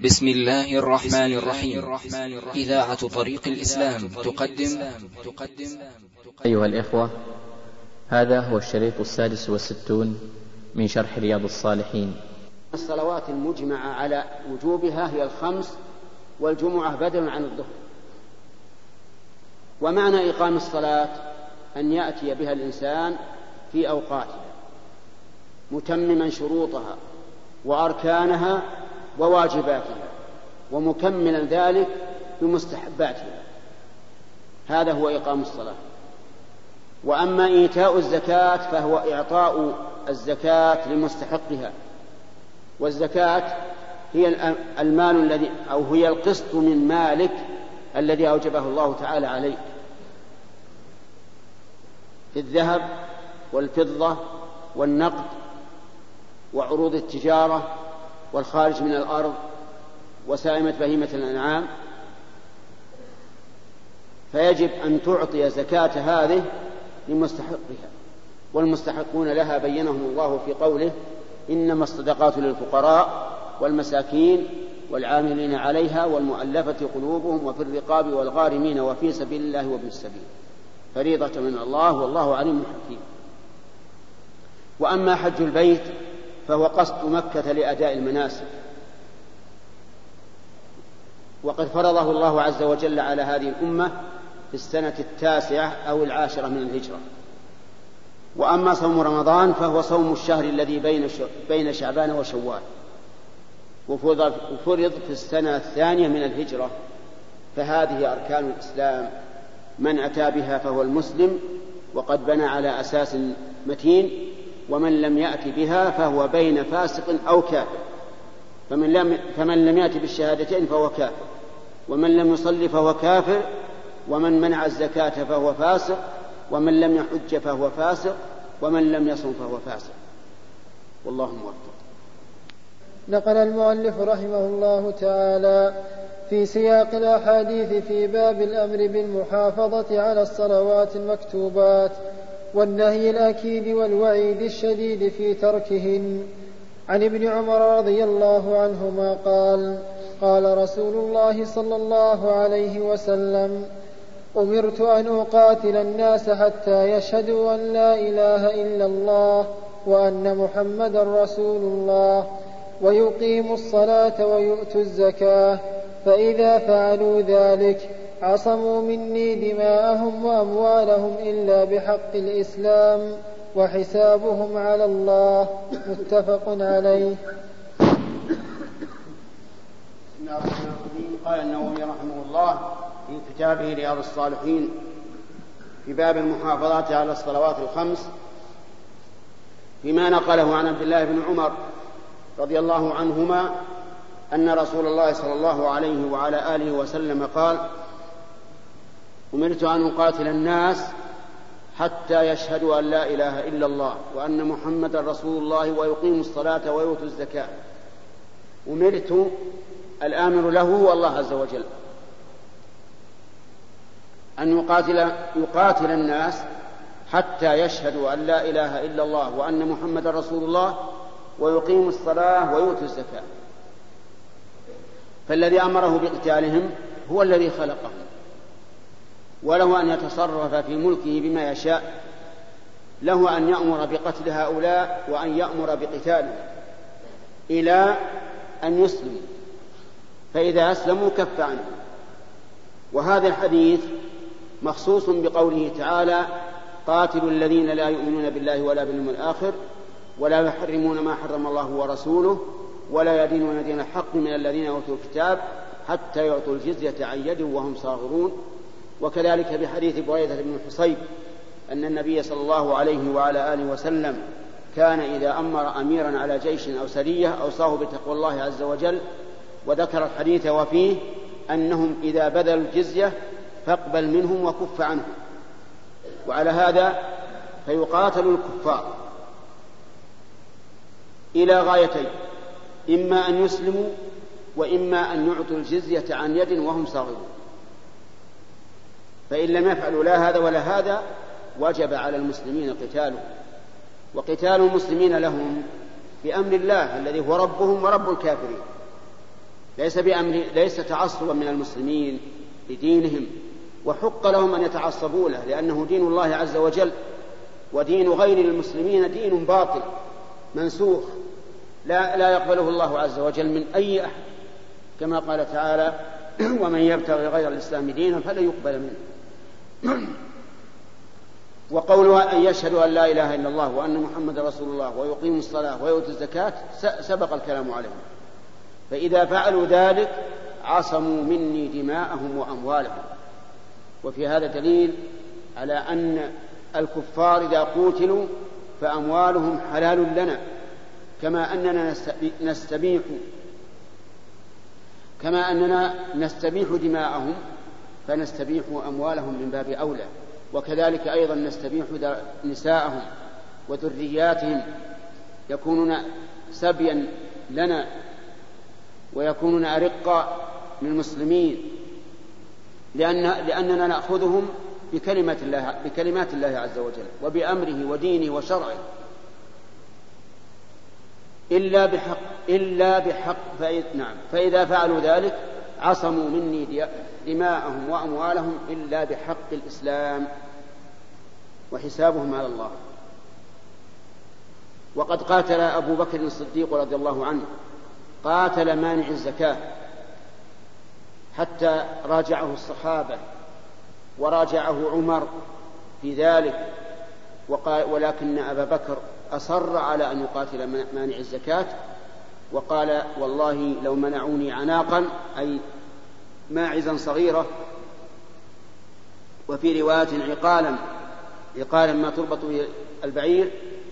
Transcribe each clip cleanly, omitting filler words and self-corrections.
بسم الله الرحمن الرحيم. إذاعة طريق الإسلام تقدم أيها الإخوة، هذا هو الشريط 66 من شرح رياض الصالحين. الصلوات المجمع على وجوبها هي الخمس، والجمعة بدل عن الظهر. ومعنى إقام الصلاة أن يأتي بها الإنسان في أوقاتها متمما شروطها وأركانها وواجباتها، ومكملا ذلك بمستحباتها. هذا هو إقام الصلاة. وأما إيتاء الزكاة فهو إعطاء الزكاة لمستحقها، والزكاة هي المال الذي أو هي القسط من مالك الذي أوجبه الله تعالى عليك في الذهب والفضة والنقد وعروض التجارة والخارج من الأرض وسائمة بهيمة الأنعام. فيجب أن تعطي زكاة هذه لمستحقها، والمستحقون لها بينهم الله في قوله: إنما الصدقات للفقراء والمساكين والعاملين عليها والمؤلفة قلوبهم وفي الرقاب والغارمين وفي سبيل الله وابن السبيل، فريضة من الله والله عليم حكيم. وأما حج البيت فهو قصد مكة لأداء المناسك، وقد فرضه الله عز وجل على هذه الأمة في السنة 9 أو 10 من الهجرة. وأما صوم رمضان فهو صوم الشهر الذي بين شعبان وشوال، وفرض في السنة 2 من الهجرة. فهذه أركان الإسلام، من أتى بها فهو المسلم وقد بنى على أساس متين، ومن لم يأتي بها فهو بين فاسق أو كافر. فمن لم يأتي بالشهادتين فهو كافر، ومن لم يصلي فهو كافر، ومن منع الزكاة فهو فاسق، ومن لم يحج فهو فاسق، ومن لم يصم فهو فاسق. والله موفق. نقل المؤلف رحمه الله تعالى في سياق الأحاديث في باب الأمر بالمحافظة على الصلوات المكتوبات والنهي الأكيد والوعيد الشديد في تركهن عن ابن عمر رضي الله عنهما قال: قال رسول الله صلى الله عليه وسلم: أمرت أن أقاتل الناس حتى يشهدوا أن لا إله إلا الله وأن محمدا رسول الله ويقيموا الصلاة ويؤتوا الزكاة، فإذا فعلوا ذلك عصموا مني دماءهم وأموالهم إلا بحق الإسلام وحسابهم على الله. متفق عليه. قال النووي رحمه الله في كتابه رياض الصالحين في باب المحافظة على الصلوات الخمس، فيما نقله عن عبد الله بن عمر رضي الله عنهما أن رسول الله صلى الله عليه وعلى آله وسلم قال: أمرت أن أقاتل الناس حتى يشهدوا أن لا إله إلا الله وأن محمدا رسول الله ويقيموا الصلاة ويؤتوا الزكاة. أمرت، الآمر له هو الله عز وجل، أن يقاتل الناس حتى يشهدوا أن لا إله إلا الله وأن محمدا رسول الله ويقيموا الصلاة ويؤتوا الزكاة. فالذي أمره بقتالهم هو الذي خلقهم، وله أن يتصرف في ملكه بما يشاء. له أن يأمر بقتل هؤلاء وأن يأمر بقتالهم إلى أن يسلموا، فإذا أسلموا كف عنهم. وهذا الحديث مخصوص بقوله تعالى: قاتلوا الذين لا يؤمنون بالله ولا باليوم الآخر ولا يحرمون ما حرم الله ورسوله ولا يدينون دين الحق من الذين أوتوا الكتاب حتى يعطوا الجزية عن يد وهم صاغرون. وكذلك بحديث بريدة بن الحصيب أن النبي صلى الله عليه وعلى آله وسلم كان إذا أمر أميرا على جيش أو سرية أوصاه بتقوى الله عز وجل، وذكر الحديث وفيه أنهم إذا بذلوا الجزية فاقبل منهم وكف عنهم. وعلى هذا فيقاتل الكفار إلى غايتين: إما أن يسلموا وإما أن يعطوا الجزية عن يد وهم صاغرون. فإن لم يفعلوا لا هذا ولا هذا وجب على المسلمين قتالهم، وقتال المسلمين لهم بأمر الله الذي هو ربهم ورب الكافرين. ليس تعصبا من المسلمين لدينهم، وحق لهم أن يتعصبوا له، لأنه دين الله عز وجل، ودين غير المسلمين دين باطل منسوخ لا يقبله الله عز وجل من أي أحد، كما قال تعالى: ومن يبتغي غير الإسلام دينا فلن يقبل منه. وقولها أن يشهدوا أن لا إله إلا الله وأن محمد رسول الله ويقيموا الصلاة ويؤتوا الزكاة سبق الكلام عليهم، فإذا فعلوا ذلك عصموا مني دماءهم وأموالهم. وفي هذا دليل على أن الكفار إذا قتلوا فأموالهم حلال لنا، كما أننا نستبيح دماءهم فنستبيح أموالهم من باب أولى، وكذلك أيضا نستبيح نساءهم وذرياتهم، يكونون سبيا لنا ويكونون أرقا من المسلمين، لأننا نأخذهم بكلمات الله عز وجل وبأمره ودينه وشرعه إلا بحق فإذا فعلوا ذلك عصموا مني دماءهم وأموالهم إلا بحق الإسلام وحسابهم على الله. وقد قاتل أبو بكر الصديق رضي الله عنه، قاتل مانع الزكاة حتى راجعه الصحابة وراجعه عمر في ذلك، ولكن أبا بكر أصر على أن يقاتل مانع الزكاة، وقال: والله لو منعوني عناقا أي ماعزا صغيرة، وفي رواية عقالا ما تربط البعير،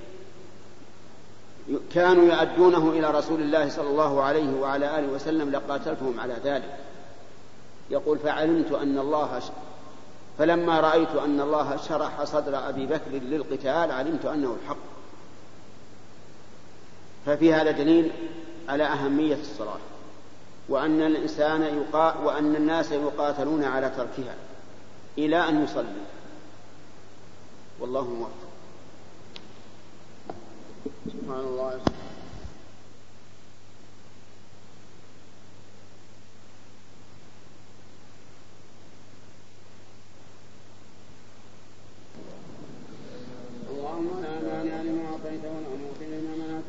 كانوا يعدونه إلى رسول الله صلى الله عليه وعلى آله وسلم لقاتلتهم على ذلك. يقول: فلما رأيت أن الله شرح صدر أبي بكر للقتال علمت أنه الحق. ففي هذا دليل على أهمية الصلاة، وأن الناس يقاتلون على تركها إلى أن يصلي، والله موفق. سبحان الله. اللهم لا مانع لما أعطيت ولا معطي لما منعت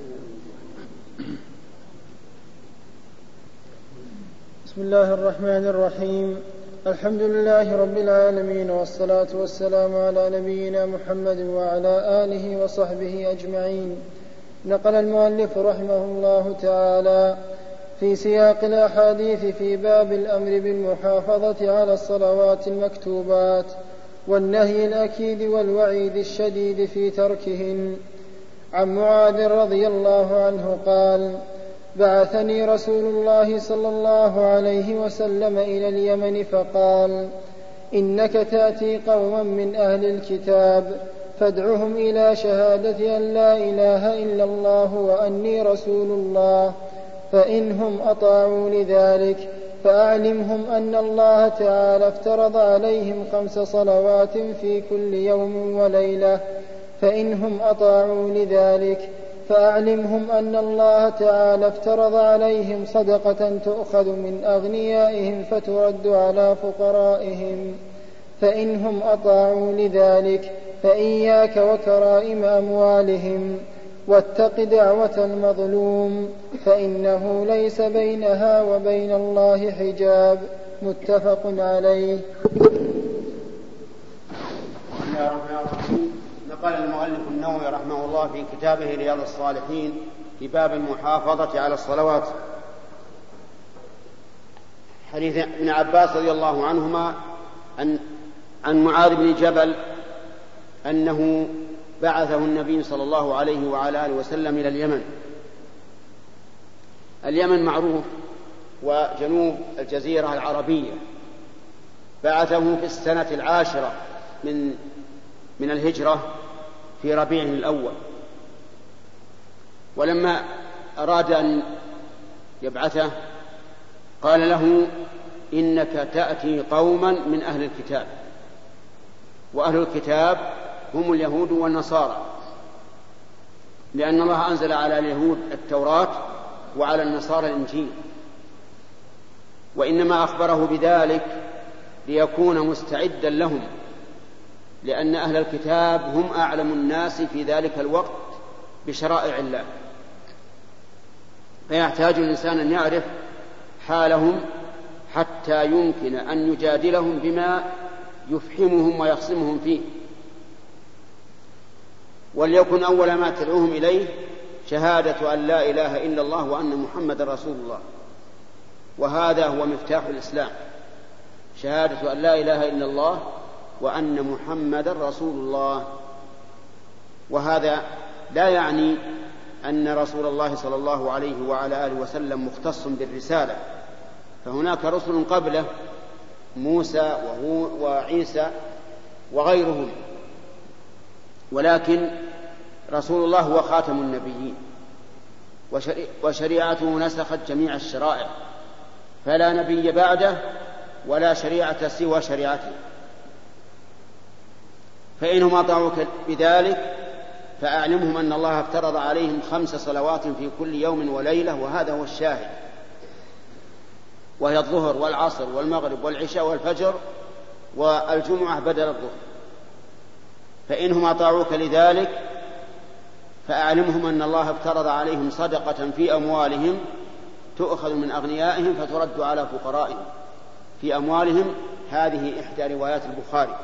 بسم الله الرحمن الرحيم. الحمد لله رب العالمين، والصلاة والسلام على نبينا محمد وعلى آله وصحبه أجمعين. نقل المؤلف رحمه الله تعالى في سياق الأحاديث في باب الأمر بالمحافظة على الصلوات المكتوبات والنهي الأكيد والوعيد الشديد في تركهن، عن معاذ رضي الله عنه قال: بعثني رسول الله صلى الله عليه وسلم إلى اليمن فقال: إنك تأتي قوما من أهل الكتاب فادعهم إلى شهادة أن لا إله إلا الله وأني رسول الله، فإنهم أطاعوا لذلك فأعلمهم أن الله تعالى افترض عليهم 5 صلوات في كل يوم وليلة، فإنهم أطاعوا لذلك فأعلمهم أن الله تعالى افترض عليهم صدقة تؤخذ من أغنيائهم فترد على فقرائهم، فإنهم أطاعوا لذلك فإياك وكرائم أموالهم، واتق دعوة المظلوم فإنه ليس بينها وبين الله حجاب. متفق عليه. نقل المؤلف النووي رحمه الله في كتابه رياض الصالحين في باب المحافظة على الصلوات حديث ابن عباس رضي الله عنهما عن معاذ بن جبل أنه بعثه النبي صلى الله عليه وعلى آله وسلم إلى اليمن. اليمن معروف وجنوب الجزيرة العربية. بعثه في السنة 10 من الهجرة في ربيع الأول، ولما أراد أن يبعثه قال له: إنك تأتي قوما من أهل الكتاب، وأهل الكتاب هم اليهود والنصارى، لأن الله أنزل على اليهود التوراة وعلى النصارى الإنجيل، وإنما أخبره بذلك ليكون مستعدا لهم، لأن أهل الكتاب هم أعلم الناس في ذلك الوقت بشرائع الله، فيحتاج الإنسان أن يعرف حالهم حتى يمكن أن يجادلهم بما يفهمهم ويخصمهم فيه. وليكن أول ما تدعوهم إليه شهادة أن لا إله إلا الله وأن محمد رسول الله، وهذا هو مفتاح الإسلام، شهادة أن لا إله إلا الله وأن محمد رسول الله. وهذا لا يعني أن رسول الله صلى الله عليه وعلى آله وسلم مختص بالرسالة، فهناك رسل قبله، موسى وعيسى وغيرهم، ولكن رسول الله هو خاتم النبيين، وشريعته نسخت جميع الشرائع، فلا نبي بعده ولا شريعة سوى شريعته. فإنهم أطاعوك بذلك فأعلمهم أن الله افترض عليهم 5 صلوات في كل يوم وليلة، وهذا هو الشاهد، وهي الظهر والعصر والمغرب والعشاء والفجر والجمعة بدل الظهر. فإنهم أطاعوك لذلك فأعلمهم أن الله افترض عليهم صدقة في أموالهم تؤخذ من أغنيائهم فترد على فقرائهم. في أموالهم، هذه إحدى روايات البخاري،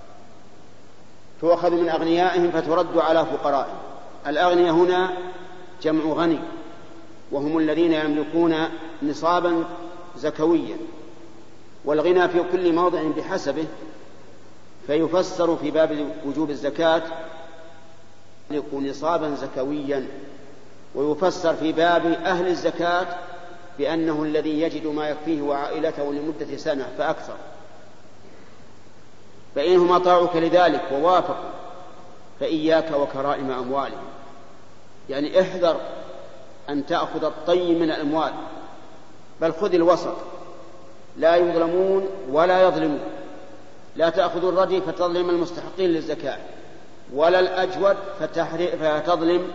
تؤخذ من أغنيائهم فترد على فقرائهم. الأغنياء هنا جمع غني، وهم الذين يملكون نصابا زكويا، والغنى في كل موضع بحسبه، فيفسر في باب وجوب الزكاة يكون نصابا زكويا، ويفسر في باب أهل الزكاة بأنه الذي يجد ما يكفيه وعائلته لمدة سنة فأكثر. فإنهم أطاعوك لذلك ووافقوا فإياك وكرائم أموالهم، يعني احذر أن تأخذ الطيب من الأموال، بل خذ الوسط، لا يظلمون ولا يظلمون. لا تأخذ الردي فتظلم المستحقين للزكاة، ولا الأجود فتظلم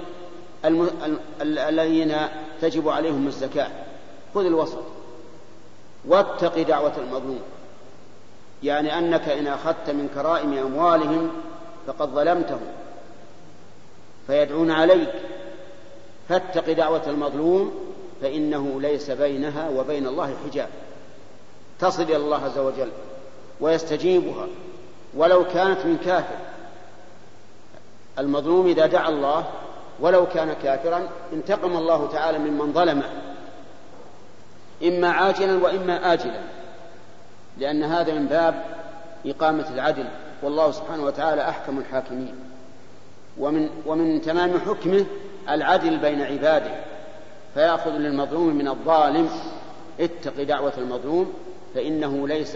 الذين تجب عليهم الزكاة. خذ الوسط واتق دعوة المظلوم، يعني أنك إن أخذت من كرائم أموالهم فقد ظلمتهم فيدعون عليك، فاتق دعوة المظلوم فإنه ليس بينها وبين الله حجاب، تصل إلى الله عز وجل ويستجيبها ولو كانت من كافر. المظلوم إذا دعا الله ولو كان كافرا انتقم الله تعالى ممن ظلمه، إما عاجلا وإما آجلا، لأن هذا من باب إقامة العدل، والله سبحانه وتعالى أحكم الحاكمين. ومن تمام حكمه العدل بين عباده، فيأخذ للمظلوم من الظالم. اتق دعوة المظلوم فإنه ليس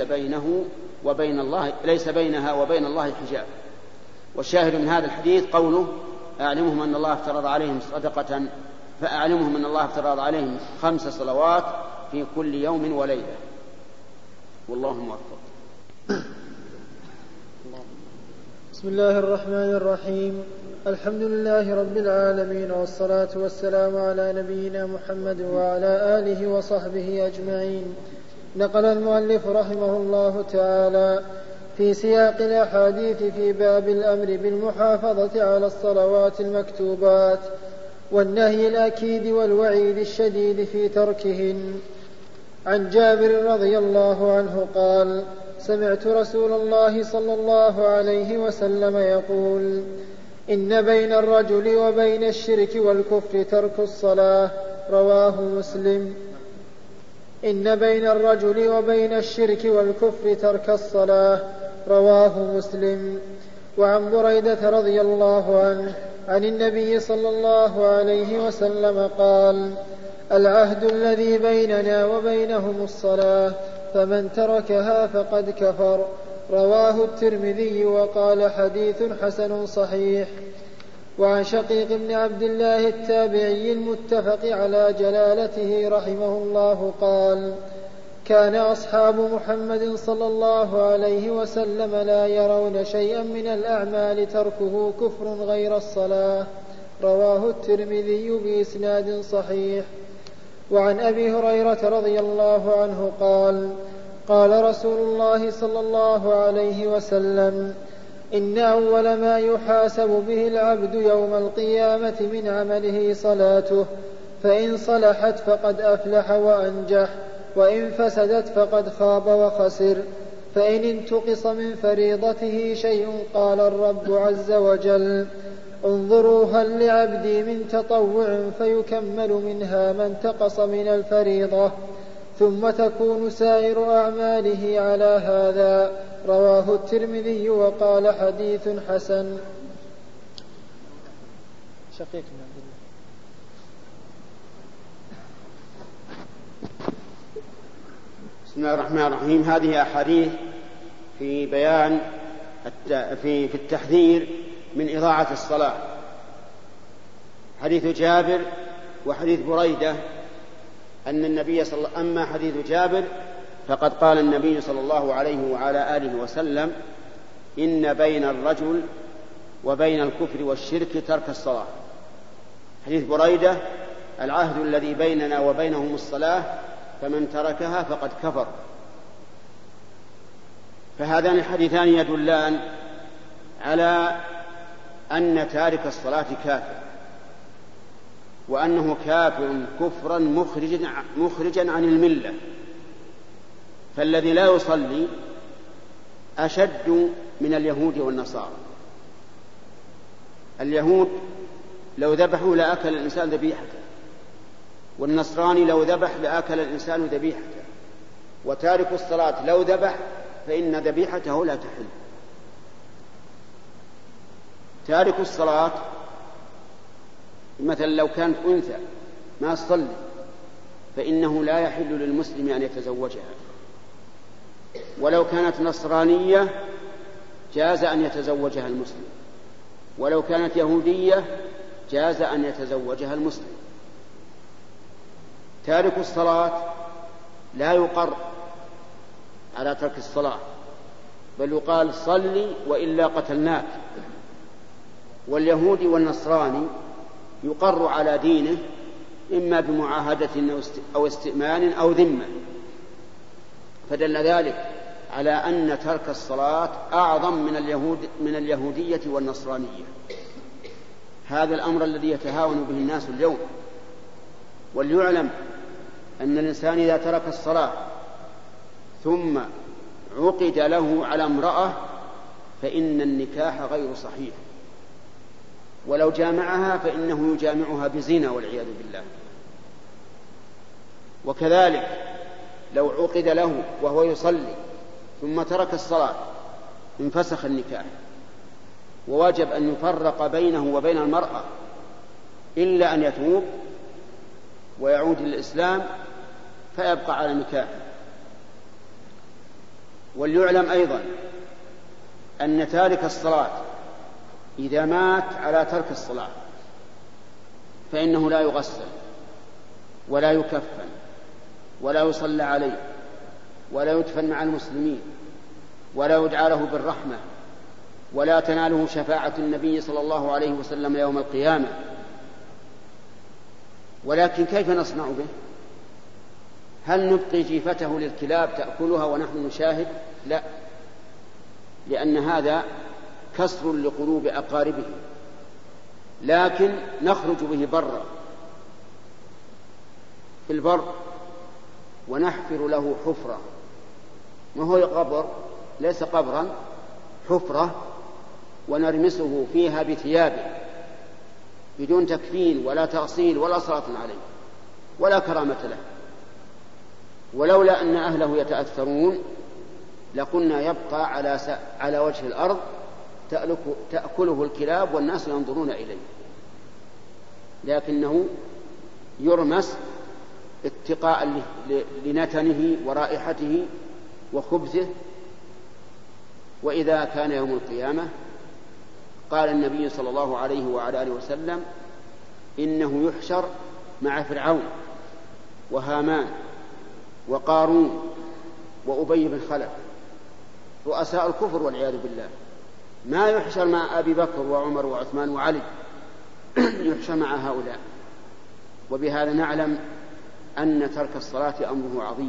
بينها وبين الله حجاب. والشاهد من هذا الحديث قوله أعلمهم أن الله افترض عليهم صدقة، فأعلمهم أن الله افترض عليهم 5 صلوات في كل يوم وليلة، والله موفق. بسم الله الرحمن الرحيم. الحمد لله رب العالمين، والصلاة والسلام على نبينا محمد وعلى آله وصحبه أجمعين. نقل المؤلف رحمه الله تعالى في سياق الأحاديث في باب الأمر بالمحافظة على الصلوات المكتوبات والنهي الأكيد والوعيد الشديد في تركهن. عن جابر رضي الله عنه قال: سمعت رسول الله صلى الله عليه وسلم يقول: إن بين الرجل وبين الشرك والكفر ترك الصلاة. رواه مسلم. إن بين الرجل وبين الشرك والكفر ترك الصلاة. رواه مسلم. وعن بريدة رضي الله عنه عن النبي صلى الله عليه وسلم قال: العهد الذي بيننا وبينهم الصلاة، فمن تركها فقد كفر. رواه الترمذي وقال: حديث حسن صحيح. وعن شقيق بن عبد الله التابعي المتفق على جلالته رحمه الله قال: كان أصحاب محمد صلى الله عليه وسلم لا يرون شيئا من الأعمال تركه كفر غير الصلاة. رواه الترمذي بإسناد صحيح. وعن أبي هريرة رضي الله عنه قال قال رسول الله صلى الله عليه وسلم إن أول ما يحاسب به العبد يوم القيامة من عمله صلاته، فإن صلحت فقد أفلح وأنجح، وإن فسدت فقد خاب وخسر. فإن انتقص من فريضته شيء قال الرب عز وجل انظروا هل لعبدي من تطوع فيكمل منها ما انتقص من الفريضة، ثم تكون سائر أعماله على هذا. رواه الترمذي وقال حديث حسن. شقيق بن عبد الله. بسم الله الرحمن الرحيم. هذه أحاديث في بيان في التحذير من إضاعة الصلاة. حديث جابر وحديث بريدة أن النبي أما حديث جابر فقد قال النبي صلى الله عليه وعلى آله وسلم إن بين الرجل وبين الكفر والشرك ترك الصلاة. حديث بريدة العهد الذي بيننا وبينهم الصلاة فمن تركها فقد كفر. فهذان الحديثان يدلان على أن تارك الصلاة كافر، وأنه كافر كفرا مخرجا عن الملة. فالذي لا يصلي أشد من اليهود والنصارى. اليهود لو ذبحوا لأكل الإنسان ذبيحته، والنصراني لو ذبح لأكل الإنسان ذبيحته، وتارك الصلاة لو ذبح فإن ذبيحته لا تحل. تارك الصلاة مثلا لو كانت أنثى ما تصلي فإنه لا يحل للمسلم أن يتزوجها، ولو كانت نصرانية جاز أن يتزوجها المسلم، ولو كانت يهودية جاز أن يتزوجها المسلم. تارك الصلاة لا يقر على ترك الصلاة، بل يقال صلي وإلا قتلناك. واليهودي والنصراني يقر على دينه إما بمعاهدة أو استئمان أو ذمة. فدل ذلك على أن ترك الصلاة أعظم من اليهودية والنصرانية. هذا الأمر الذي يتهاون به الناس اليوم. وليعلم أن الإنسان إذا ترك الصلاة ثم عقد له على امرأة فإن النكاح غير صحيح، ولو جامعها فإنه يجامعها بزنا والعياذ بالله. وكذلك لو عقد له وهو يصلي ثم ترك الصلاة انفسخ النكاح، وواجب أن يفرق بينه وبين المرأة إلا أن يتوب ويعود للإسلام فيبقى على نكاحه. وليعلم أيضا أن تارك الصلاة إذا مات على ترك الصلاة فإنه لا يغسل ولا يكفن ولا يصلى عليه ولا يدفن مع المسلمين ولا يدعى له بالرحمة ولا تناله شفاعة النبي صلى الله عليه وسلم يوم القيامة. ولكن كيف نصنع به؟ هل نبقي جيفته للكلاب تأكلها ونحن نشاهد؟ لا، لأن هذا كسر لقلوب أقاربه. لكن نخرج به برا في البر ونحفر له حفرة، ما هو قبر، ليس قبرا، حفرة، ونرمسه فيها بثيابه بدون تكفين ولا تغسيل ولا صلاة عليه ولا كرامة له. ولولا أن أهله يتأثرون لقلنا يبقى على وجه الأرض تأكله الكلاب والناس ينظرون إليه، لكنه يرمس اتقاء لنتنه ورائحته وخبثه. وإذا كان يوم القيامة قال النبي صلى الله عليه وعلى آله وسلم إنه يحشر مع فرعون وهامان وقارون وأبي بن خلف رؤساء الكفر والعياذ بالله. ما يحشر مع أبي بكر وعمر وعثمان وعلي، يحشر مع هؤلاء. وبهذا نعلم أن ترك الصلاة أمره عظيم،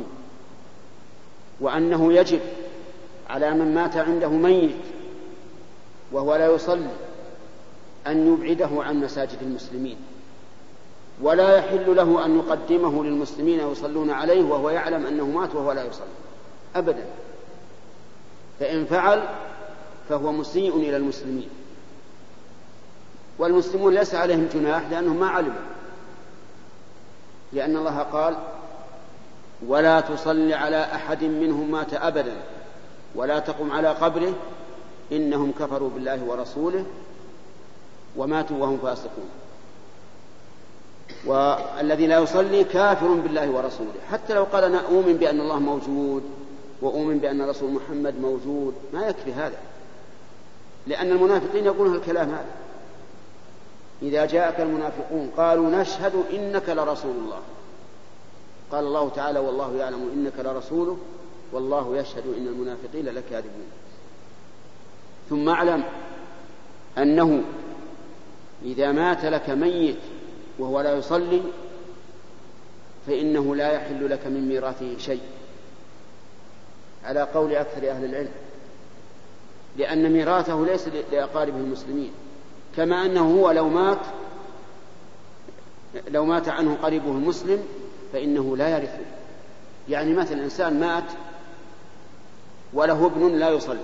وأنه يجب على من مات عنده ميت وهو لا يصلي أن يبعده عن مساجد المسلمين، ولا يحل له أن يقدمه للمسلمين يصلون عليه وهو يعلم أنه مات وهو لا يصلي أبدا، فإن فعل فهو مسيء إلى المسلمين، والمسلمون ليس عليهم جناح لأنهم ما علموا، لأن الله قال ولا تصل على أحد منهم مات أبدا ولا تقم على قبره إنهم كفروا بالله ورسوله وماتوا وهم فاسقون. والذي لا يصلي كافر بالله ورسوله، حتى لو قال أنا أؤمن بأن الله موجود وأؤمن بأن رسول محمد موجود، ما يكفي هذا، لأن المنافقين يقولون الكلام هذا. إذا جاءك المنافقون قالوا نشهد إنك لرسول الله، قال الله تعالى والله يعلم إنك لرسوله والله يشهد إن المنافقين لكاذبون. ثم اعلم أنه إذا مات لك ميت وهو لا يصلي فإنه لا يحل لك من ميراثه شيء على قول أكثر أهل العلم، لأن ميراثه ليس لأقاربه المسلمين، كما أنه هو لو مات عنه قريبه المسلم فإنه لا يرثه. يعني مثل إنسان مات وله ابن لا يصلي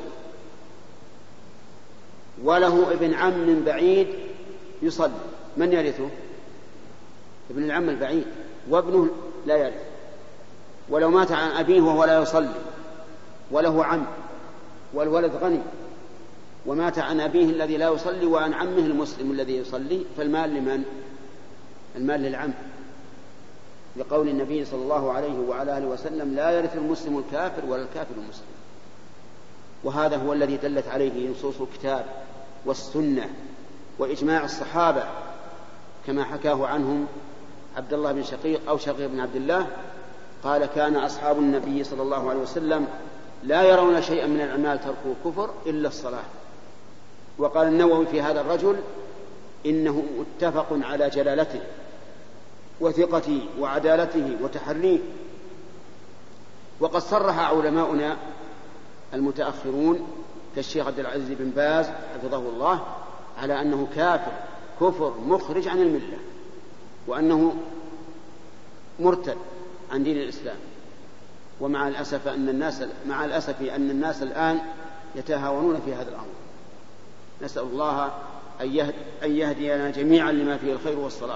وله ابن عم بعيد يصلي، من يرثه؟ ابن العم البعيد، وابنه لا يرث. ولو مات عن أبيه وهو لا يصلي وله عم والولد غني ومات عن أبيه الذي لا يصلي وعن عمه المسلم الذي يصلي، فالمال لمن؟ المال للعم، لقول النبي صلى الله عليه وعلى آله وسلم لا يرث المسلم الكافر ولا الكافر المسلم. وهذا هو الذي دلت عليه نصوص الكتاب والسنة وإجماع الصحابة، كما حكاه عنهم عبد الله بن شقيق أو شقيق بن عبد الله قال كان أصحاب النبي صلى الله عليه وسلم لا يرون شيئا من الأعمال تركه كفر إلا الصلاة. وقال النووي في هذا الرجل إنه متفق على جلالته وثقته وعدالته وتحريه. وقد صرح علماؤنا المتأخرون كالشيخ عبد العزيز بن باز حفظه الله على أنه كافر كفر مخرج عن الملة، وأنه مرتد عن دين الإسلام. ومع الأسف أن الناس الآن يتهاونون في هذا الأمر. نسأل الله أن يهدينا جميعا لما فيه الخير والصلاح.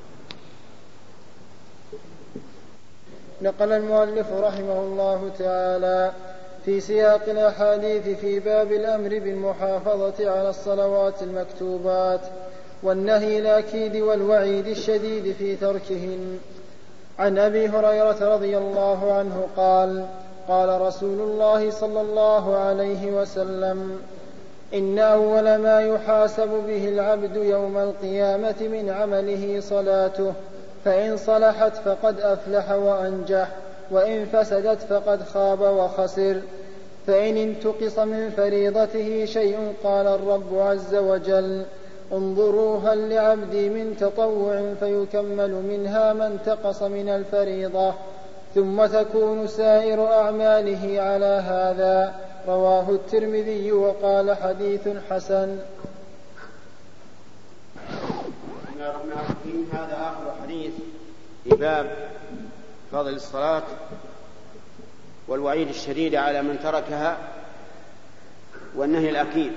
نقل المؤلف رحمه الله تعالى في سياق الأحاديث في باب الأمر بالمحافظة على الصلوات المكتوبات والنهي الأكيد والوعيد الشديد في تركهن. عن أبي هريرة رضي الله عنه قال قال رسول الله صلى الله عليه وسلم إن أول ما يحاسب به العبد يوم القيامة من عمله صلاته، فإن صلحت فقد أفلح وأنجح، وإن فسدت فقد خاب وخسر. فإن انتقص من فريضته شيء قال الرب عز وجل انظروا هل لعبدي من تطوع فيكمل منها ما انتقص من الفريضة، ثم تكون سائر أعماله على هذا. رواه الترمذي وقال حديث حسن. هذا آخر حديث في باب فضل الصلاة والوعيد الشديد على من تركها والنهي الأكيد.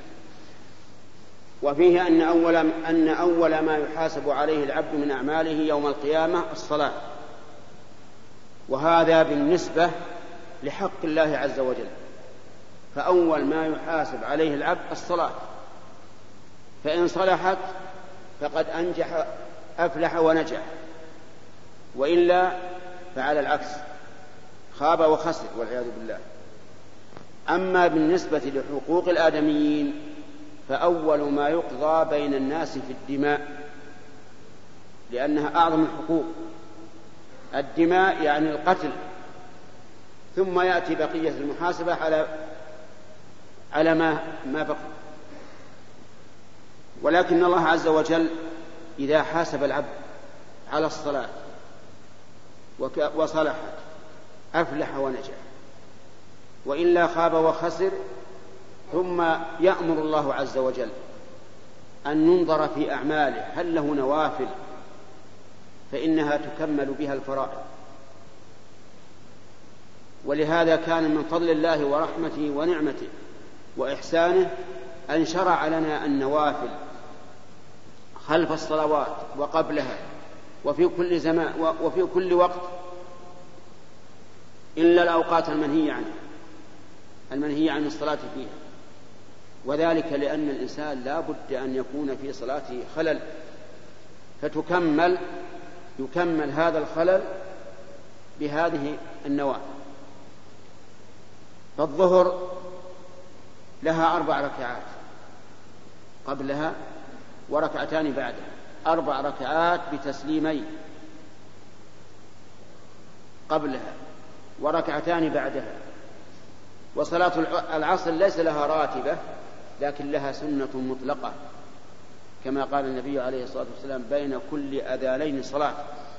وفيه أن أول ما يحاسب عليه العبد من أعماله يوم القيامة الصلاة، وهذا بالنسبة لحق الله عز وجل. فأول ما يحاسب عليه العبد الصلاة، فإن صلحت فقد أنجح أفلح ونجح، وإلا فعلى العكس خاب وخسر والعياذ بالله. أما بالنسبة لحقوق الآدميين فأول ما يقضى بين الناس في الدماء، لأنها أعظم الحقوق. الدماء يعني القتل، ثم يأتي بقية المحاسبة على ما بقي. ولكن الله عز وجل إذا حاسب العبد على الصلاة وصلحت أفلح ونجح، وإلا خاب وخسر. ثم يأمر الله عز وجل أن ننظر في أعماله هل له نوافل، فإنها تكمل بها الفرائض. ولهذا كان من فضل الله ورحمته ونعمته وإحسانه أن شرع لنا النوافل خلف الصلوات وقبلها وفي كل زمان وفي كل وقت، إلا الأوقات المنهي عن الصلاة فيها. وذلك لأن الإنسان لا بد أن يكون في صلاته خلل، يكمل هذا الخلل بهذه النوافل. فالظهر لها 4 ركعات قبلها وركعتان بعدها، 4 ركعات بتسليمين قبلها وركعتان بعدها. وصلاة العصر ليس لها راتبة لكن لها سنة مطلقة، كما قال النبي عليه الصلاة والسلام: بين كل أذانين صلاة.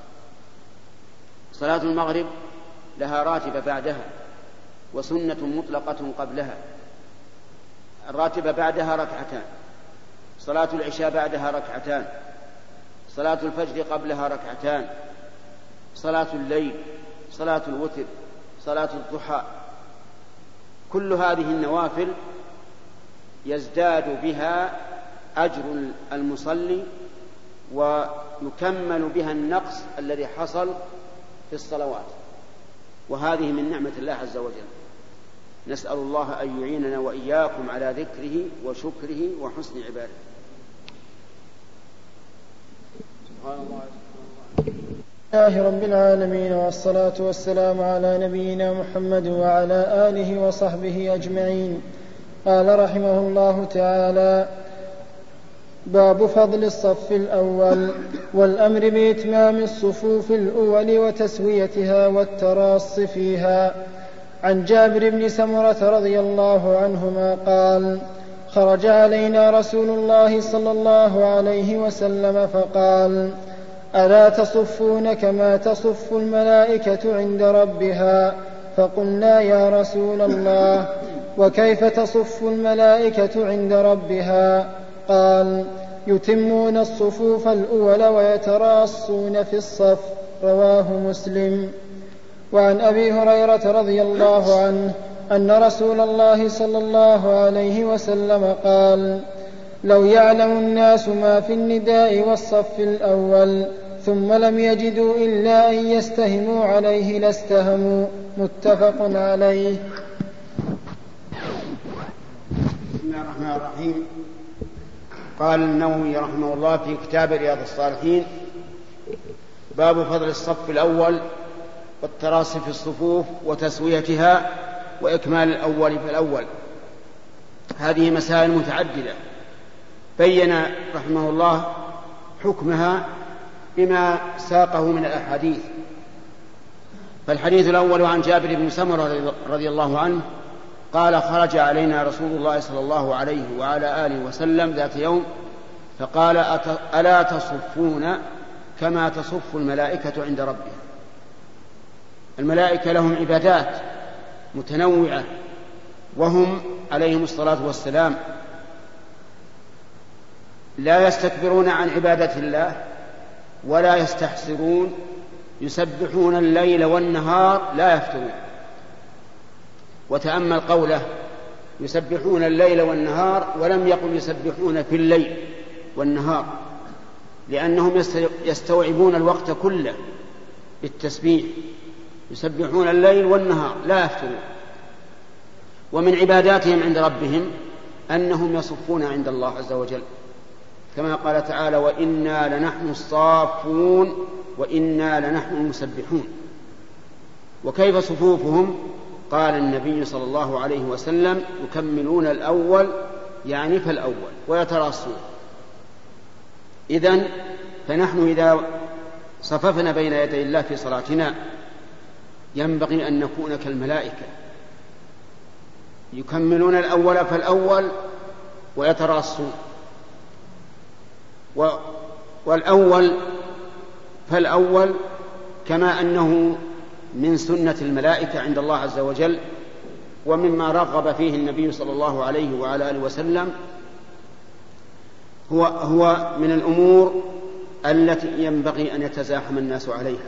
صلاة المغرب لها راتبة بعدها وسنة مطلقة قبلها، الراتبة بعدها 2 ركعتان، صلاة العشاء بعدها 2 ركعتان، صلاة الفجر قبلها 2 ركعتان، صلاة الليل، صلاة الوتر، صلاة الضحى. كل هذه النوافل يزداد بها أجر المصلي ويكمل بها النقص الذي حصل في الصلوات، وهذه من نعمة الله عز وجل. نسأل الله أن يعيننا وإياكم على ذكره وشكره وحسن عبادته. سبحان الله رب العالمين، والصلاة والسلام على نبينا محمد وعلى آله وصحبه أجمعين. قال رحمه الله تعالى: باب فضل الصف الأول والأمر بإتمام الصفوف الأول وتسويتها والتراص فيها. عن جابر بن سمرة رضي الله عنهما قال: خرج علينا رسول الله صلى الله عليه وسلم فقال: ألا تصفون كما تصف الملائكة عند ربها؟ فقلنا: يا رسول الله، وكيف تصف الملائكة عند ربها؟ قال: يتمون الصفوف الأول ويتراصون في الصف. رواه مسلم. وعن أبي هريرة رضي الله عنه أن رسول الله صلى الله عليه وسلم قال: لو يعلم الناس ما في النداء والصف الأول ثم لم يجدوا إلا أن يستهموا عليه لاستهموا. متفق عليه. بسم الله الرحمن الرحيم. قال النووي رحمه الله في كتاب رياض الصالحين: باب فضل الصف الأول والتراصي في الصفوف وتسويتها وإكمال الأول فالأول. هذه مسائل متعددة بين رحمه الله حكمها بما ساقه من الأحاديث. فالحديث الأول عن جابر بن سمرة رضي الله عنه قال: خرج علينا رسول الله صلى الله عليه وعلى آله وسلم ذات يوم فقال: ألا تصفون كما تصف الملائكة عند ربها؟ الملائكة لهم عبادات متنوعة، وهم عليهم الصلاة والسلام لا يستكبرون عن عبادة الله ولا يستحسرون، يسبحون الليل والنهار لا يفترون. وتأمل قوله: يسبحون الليل والنهار، ولم يقل يسبحون في الليل والنهار، لأنهم يستوعبون الوقت كله بالتسبيح، يسبحون الليل والنهار لا يفترون. ومن عباداتهم عند ربهم أنهم يصفون عند الله عز وجل، كما قال تعالى: وإنا لنحن الصافون وإنا لنحن المسبحون. وكيف صفوفهم؟ قال النبي صلى الله عليه وسلم: يكملون الأول، يعني فالأول، ويتراصون. إذن فنحن إذا صففنا بين يدي الله في صلاتنا ينبغي أن نكون كالملائكة، يكملون الأول فالأول ويتراصون. والأول فالأول كما أنه من سنة الملائكة عند الله عز وجل، ومما رغب فيه النبي صلى الله عليه وعلى آله وسلم، هو من الأمور التي ينبغي أن يتزاحم الناس عليها،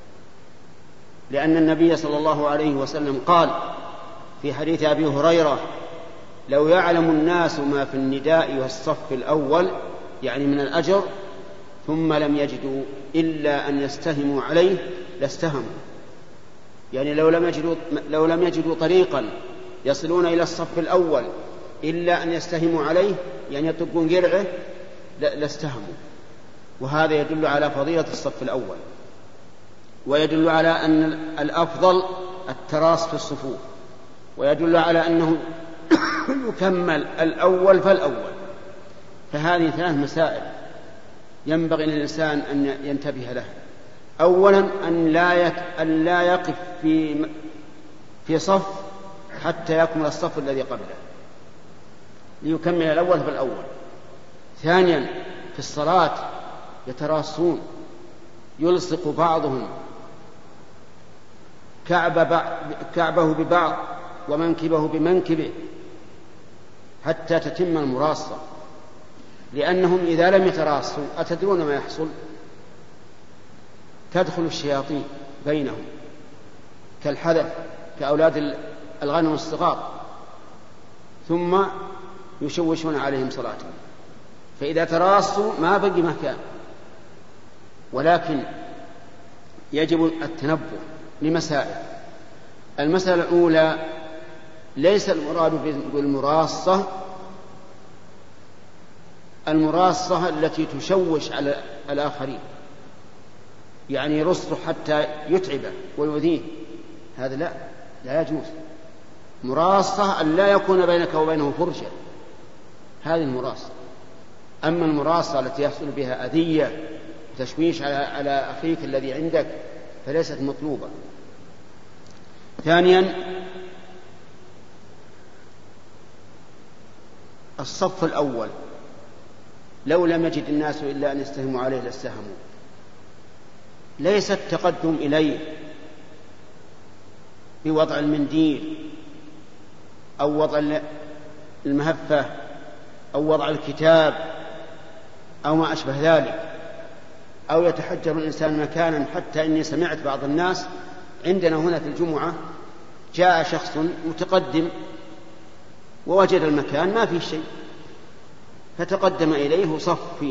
لأن النبي صلى الله عليه وسلم قال في حديث أبي هريرة: لو يعلم الناس ما في النداء والصف الأول، يعني من الأجر، ثم لم يجدوا إلا أن يستهموا عليه لاستهموا. يعني لو لم يجدوا طريقا يصلون إلى الصف الأول إلا أن يستهموا عليه، يعني يطبقون جرعه، لاستهموا. وهذا يدل على فضيلة الصف الأول، ويدل على أن الأفضل التراص في الصفوف، ويدل على أنه يكمل الأول فالأول. فهذه 3 مسائل ينبغي للإنسان أن ينتبه لها. أولا أن لا يقف في صف حتى يكمل الصف الذي قبله، ليكمل الأول فالأول. ثانيا في الصلاة يتراصون، يلصق بعضهم كعبه ببعض ومنكبه بمنكبه حتى تتم المراصة، لأنهم إذا لم يتراصوا أتدرون ما يحصل؟ تدخل الشياطين بينهم كالحذف، كأولاد الغنم الصغار، ثم يشوشون عليهم صلاتهم. فإذا تراصوا ما بقي مكان. ولكن يجب التنبه لمسائل. المسألة الأولى: ليس المراد بالمراصة المراصة التي تشوش على الآخرين، يعني يرصه حتى يتعبه ويؤذيه، هذا لا يجوز. مراصة أن لا يكون بينك وبينه فرجة، هذه المراصة. أما المراصة التي يحصل بها أذية وتشويش على أخيك الذي عندك فليست مطلوبة. ثانيا الصف الأول، لو لم يجد الناس إلا أن يستهموا عليه لاستهموا. ليس التقدم إليه بوضع المنديل أو وضع المهفة أو وضع الكتاب أو ما أشبه ذلك، أو يتحجر الإنسان مكانا. حتى إني سمعت بعض الناس عندنا هنا في الجمعة جاء شخص متقدم ووجد المكان ما فيه شيء، فتقدم إليه وصف فيه،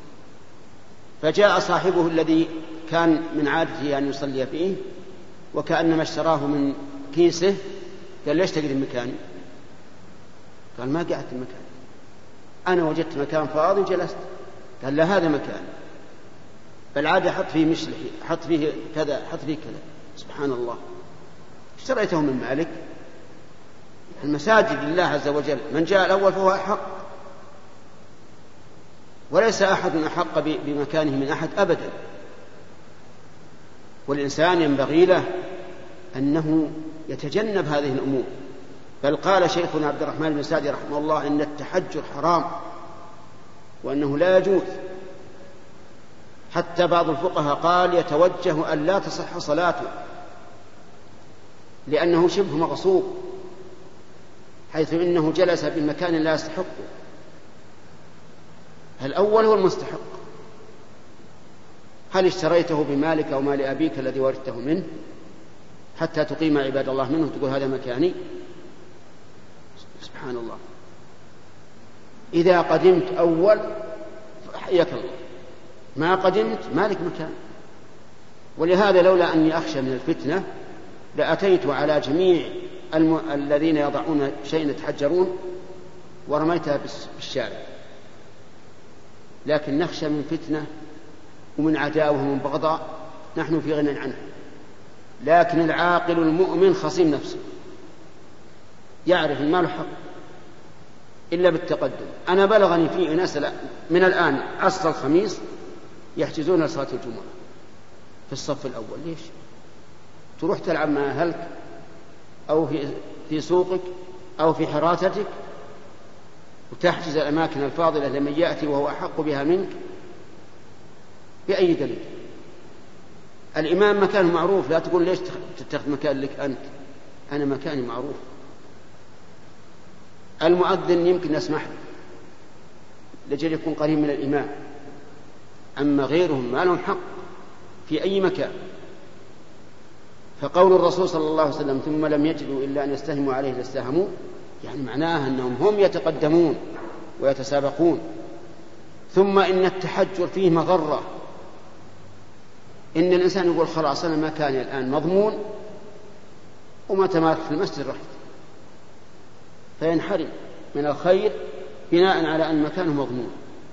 فجاء صاحبه الذي كان من عادته أن يصلي فيه وكأنما اشتراه من كيسه، قال: ليش تقعد مكاني؟ قال: ما قعدت المكان، أنا وجدت مكان فاضي وجلست. قال: لا، هذا مكان، بل عاد حط فيه مشلح، حط فيه كذا، حط فيه كذا. سبحان الله، اشتريته من مالك. المساجد لله عز وجل، من جاء الأول فهو أحق، وليس أحد أحق بمكانه من أحد أبدا. والإنسان ينبغي له أنه يتجنب هذه الأمور. بل قال شيخنا عبد الرحمن بن سعدي رحمه الله إن التحجر حرام وأنه لا يجوز. حتى بعض الفقهاء قال يتوجه أن لا تصح صلاته لأنه شبه مغصوب، حيث إنه جلس بمكان لا يستحقه. الأول هو المستحق. هل اشتريته بمالك أو مال أبيك الذي ورثته منه حتى تقيم عباد الله منه تقول هذا مكاني؟ سبحان الله. إذا قدمت أول فحياك الله، ما قدمت مالك مكان. ولهذا لولا أني أخشى من الفتنة لأتيت على جميع الذين يضعون شيئا يتحجرون ورميتها بالشارع، لكن نخشى من فتنة ومن عداوة ومن بغضاء نحن في غنى عنها. لكن العاقل المؤمن خصيم نفسه، يعرف المال حق إلا بالتقدم. أنا بلغني في ناس من الآن عصر الخميس يحجزون لصلاة الجمعة في الصف الأول. ليش؟ تروح تلعب مع أهلك أو في سوقك أو في حراستك وتحجز الأماكن الفاضلة لمن يأتي وهو أحق بها منك بأي دليل؟ الإمام مكانه معروف، لا تقول ليش تتخذ مكان لك أنت، أنا مكاني معروف. المؤذن يمكن نسمح له لجل يكون قريب من الإمام، أما غيرهم ما لهم حق في أي مكان. فقول الرسول صلى الله عليه وسلم ثم لم يجدوا إلا أن يستهموا عليه لاستهموا، يعني معناها أنهم هم يتقدمون ويتسابقون. ثم إن التحجر فيه مضرة، إن الإنسان يقول خلاص أنا مكاني الآن مضمون وما تمارك في المسجد رحت، فينحرم من الخير بناء على أن مكانه مضمون.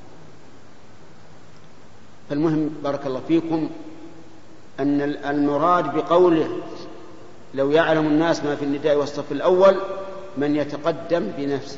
فالمهم بارك الله فيكم أن المراد بقوله لو يعلم الناس ما في النداء والصف الأول من يتقدم بنفسه.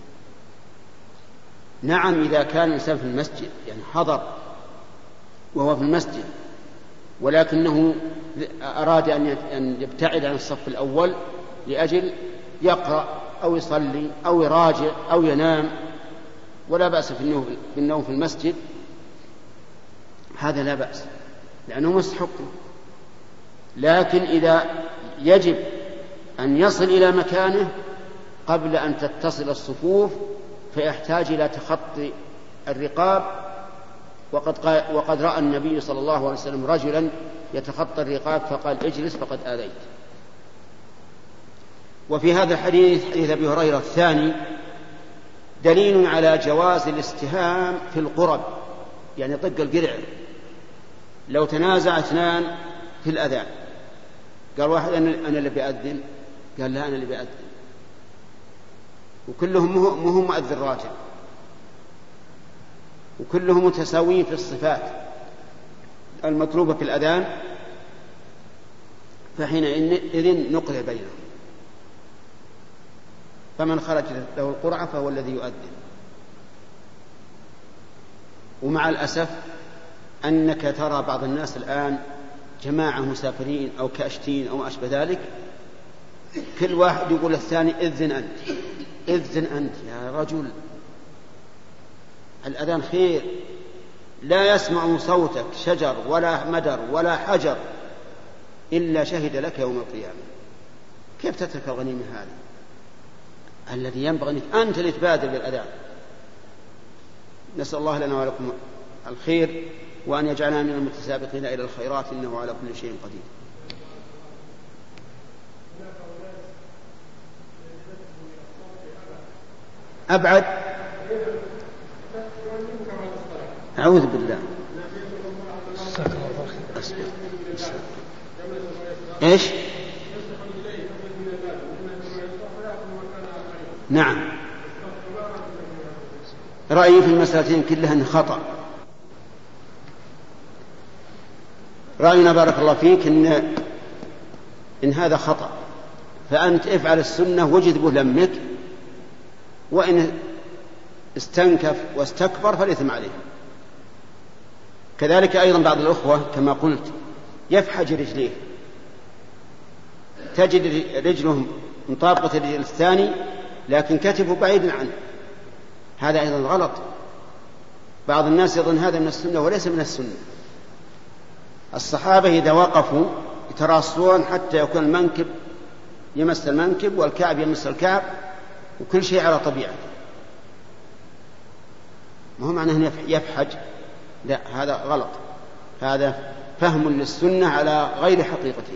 نعم إذا كان الإنسان في المسجد يعني حضر وهو في المسجد ولكنه أراد أن يبتعد عن الصف الأول لأجل يقرأ أو يصلي أو يراجع أو ينام، ولا بأس بالنوم في المسجد، هذا لا بأس لأنه مستحق. لكن إذا يجب أن يصل إلى مكانه قبل أن تتصل الصفوف فيحتاج إلى تخطي الرقاب، وقد رأى النبي صلى الله عليه وسلم رجلا يتخطى الرقاب فقال اجلس فقد آذيت. وفي هذا الحديث حديث أبي هريرة الثاني دليل على جواز الاستهام في القرب، يعني طق القرع. لو تنازع اثنان في الأذان قال واحد أنا اللي بأذن، قال لا أنا اللي بأذن، وكلهم مهم مؤذن راجع وكلهم متساويين في الصفات المطلوبة في الأذان، فحينئذ نقضي بينهم. فمن خرج له القرعة فهو الذي يؤذن. ومع الأسف أنك ترى بعض الناس الآن جماعة مسافرين أو كأشتين أو ما أشبه ذلك، كل واحد يقول الثاني إذن أنت إذن أنت. يا رجل الأذان خير، لا يسمع صوتك شجر ولا مدر ولا حجر إلا شهد لك يوم القيامة. كيف تترك الغنيمة هذه؟ الذي ينبغي أنت اللي تبادر بالأذان. نسأل الله لنا ولكم الخير وأن يجعلنا من المتسابقين إلى الخيرات إنه على كل شيء قدير. أبعد أعوذ بالله. إيش؟ نعم، رأيي في المسألتين كلها خطأ. رأينا بارك الله فيك إن هذا خطأ، فأنت افعل السنة واجذبه لمك، وإن استنكف واستكبر فالإثم عليه. كذلك أيضا بعض الأخوة كما قلت يفحج رجليه، تجد رجلهم مطابقة الرجل الثاني لكن كتفه بعيد عنه، هذا أيضا غلط. بعض الناس يظن هذا من السنة وليس من السنة. الصحابة إذا وقفوا يتراصون حتى يكون المنكب يمس المنكب والكعب يمس الكعب وكل شيء على طبيعته. ما هو معناه يفحج، لا هذا غلط، هذا فهم للسنة على غير حقيقته.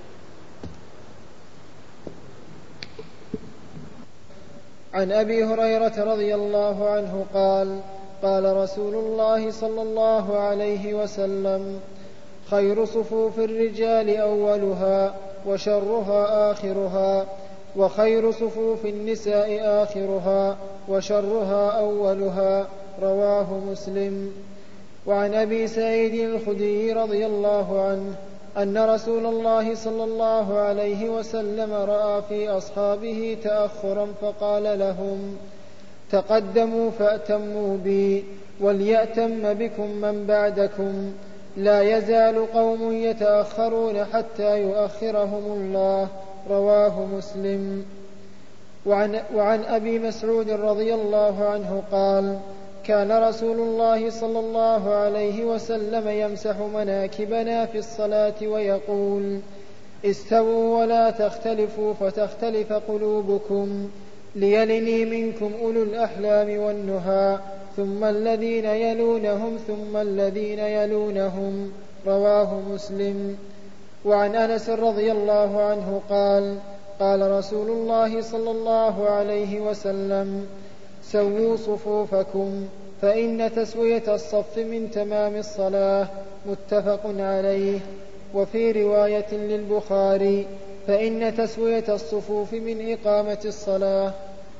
عن أبي هريرة رضي الله عنه قال قال رسول الله صلى الله عليه وسلم: خير صفوف الرجال أولها وشرها آخرها، وخير صفوف النساء آخرها وشرها أولها. رواه مسلم. وعن أبي سعيد الخدري رضي الله عنه أن رسول الله صلى الله عليه وسلم رأى في أصحابه تأخرا فقال لهم: تقدموا فأتموا بي وليأتم بكم من بعدكم، لا يزال قوم يتأخرون حتى يؤخرهم الله. رواه مسلم. وعن أبي مسعود رضي الله عنه قال: كان رسول الله صلى الله عليه وسلم يمسح مناكبنا في الصلاة ويقول: استووا ولا تختلفوا فتختلف قلوبكم، ليلني منكم أولو الأحلام والنهى، ثم الذين يلونهم ثم الذين يلونهم. رواه مسلم. وعن أنس رضي الله عنه قال: قال رسول الله صلى الله عليه وسلم: سووا صفوفكم فإن تسوية الصف من تمام الصلاة. متفق عليه. وفي رواية للبخاري: فإن تسوية الصفوف من إقامة الصلاة.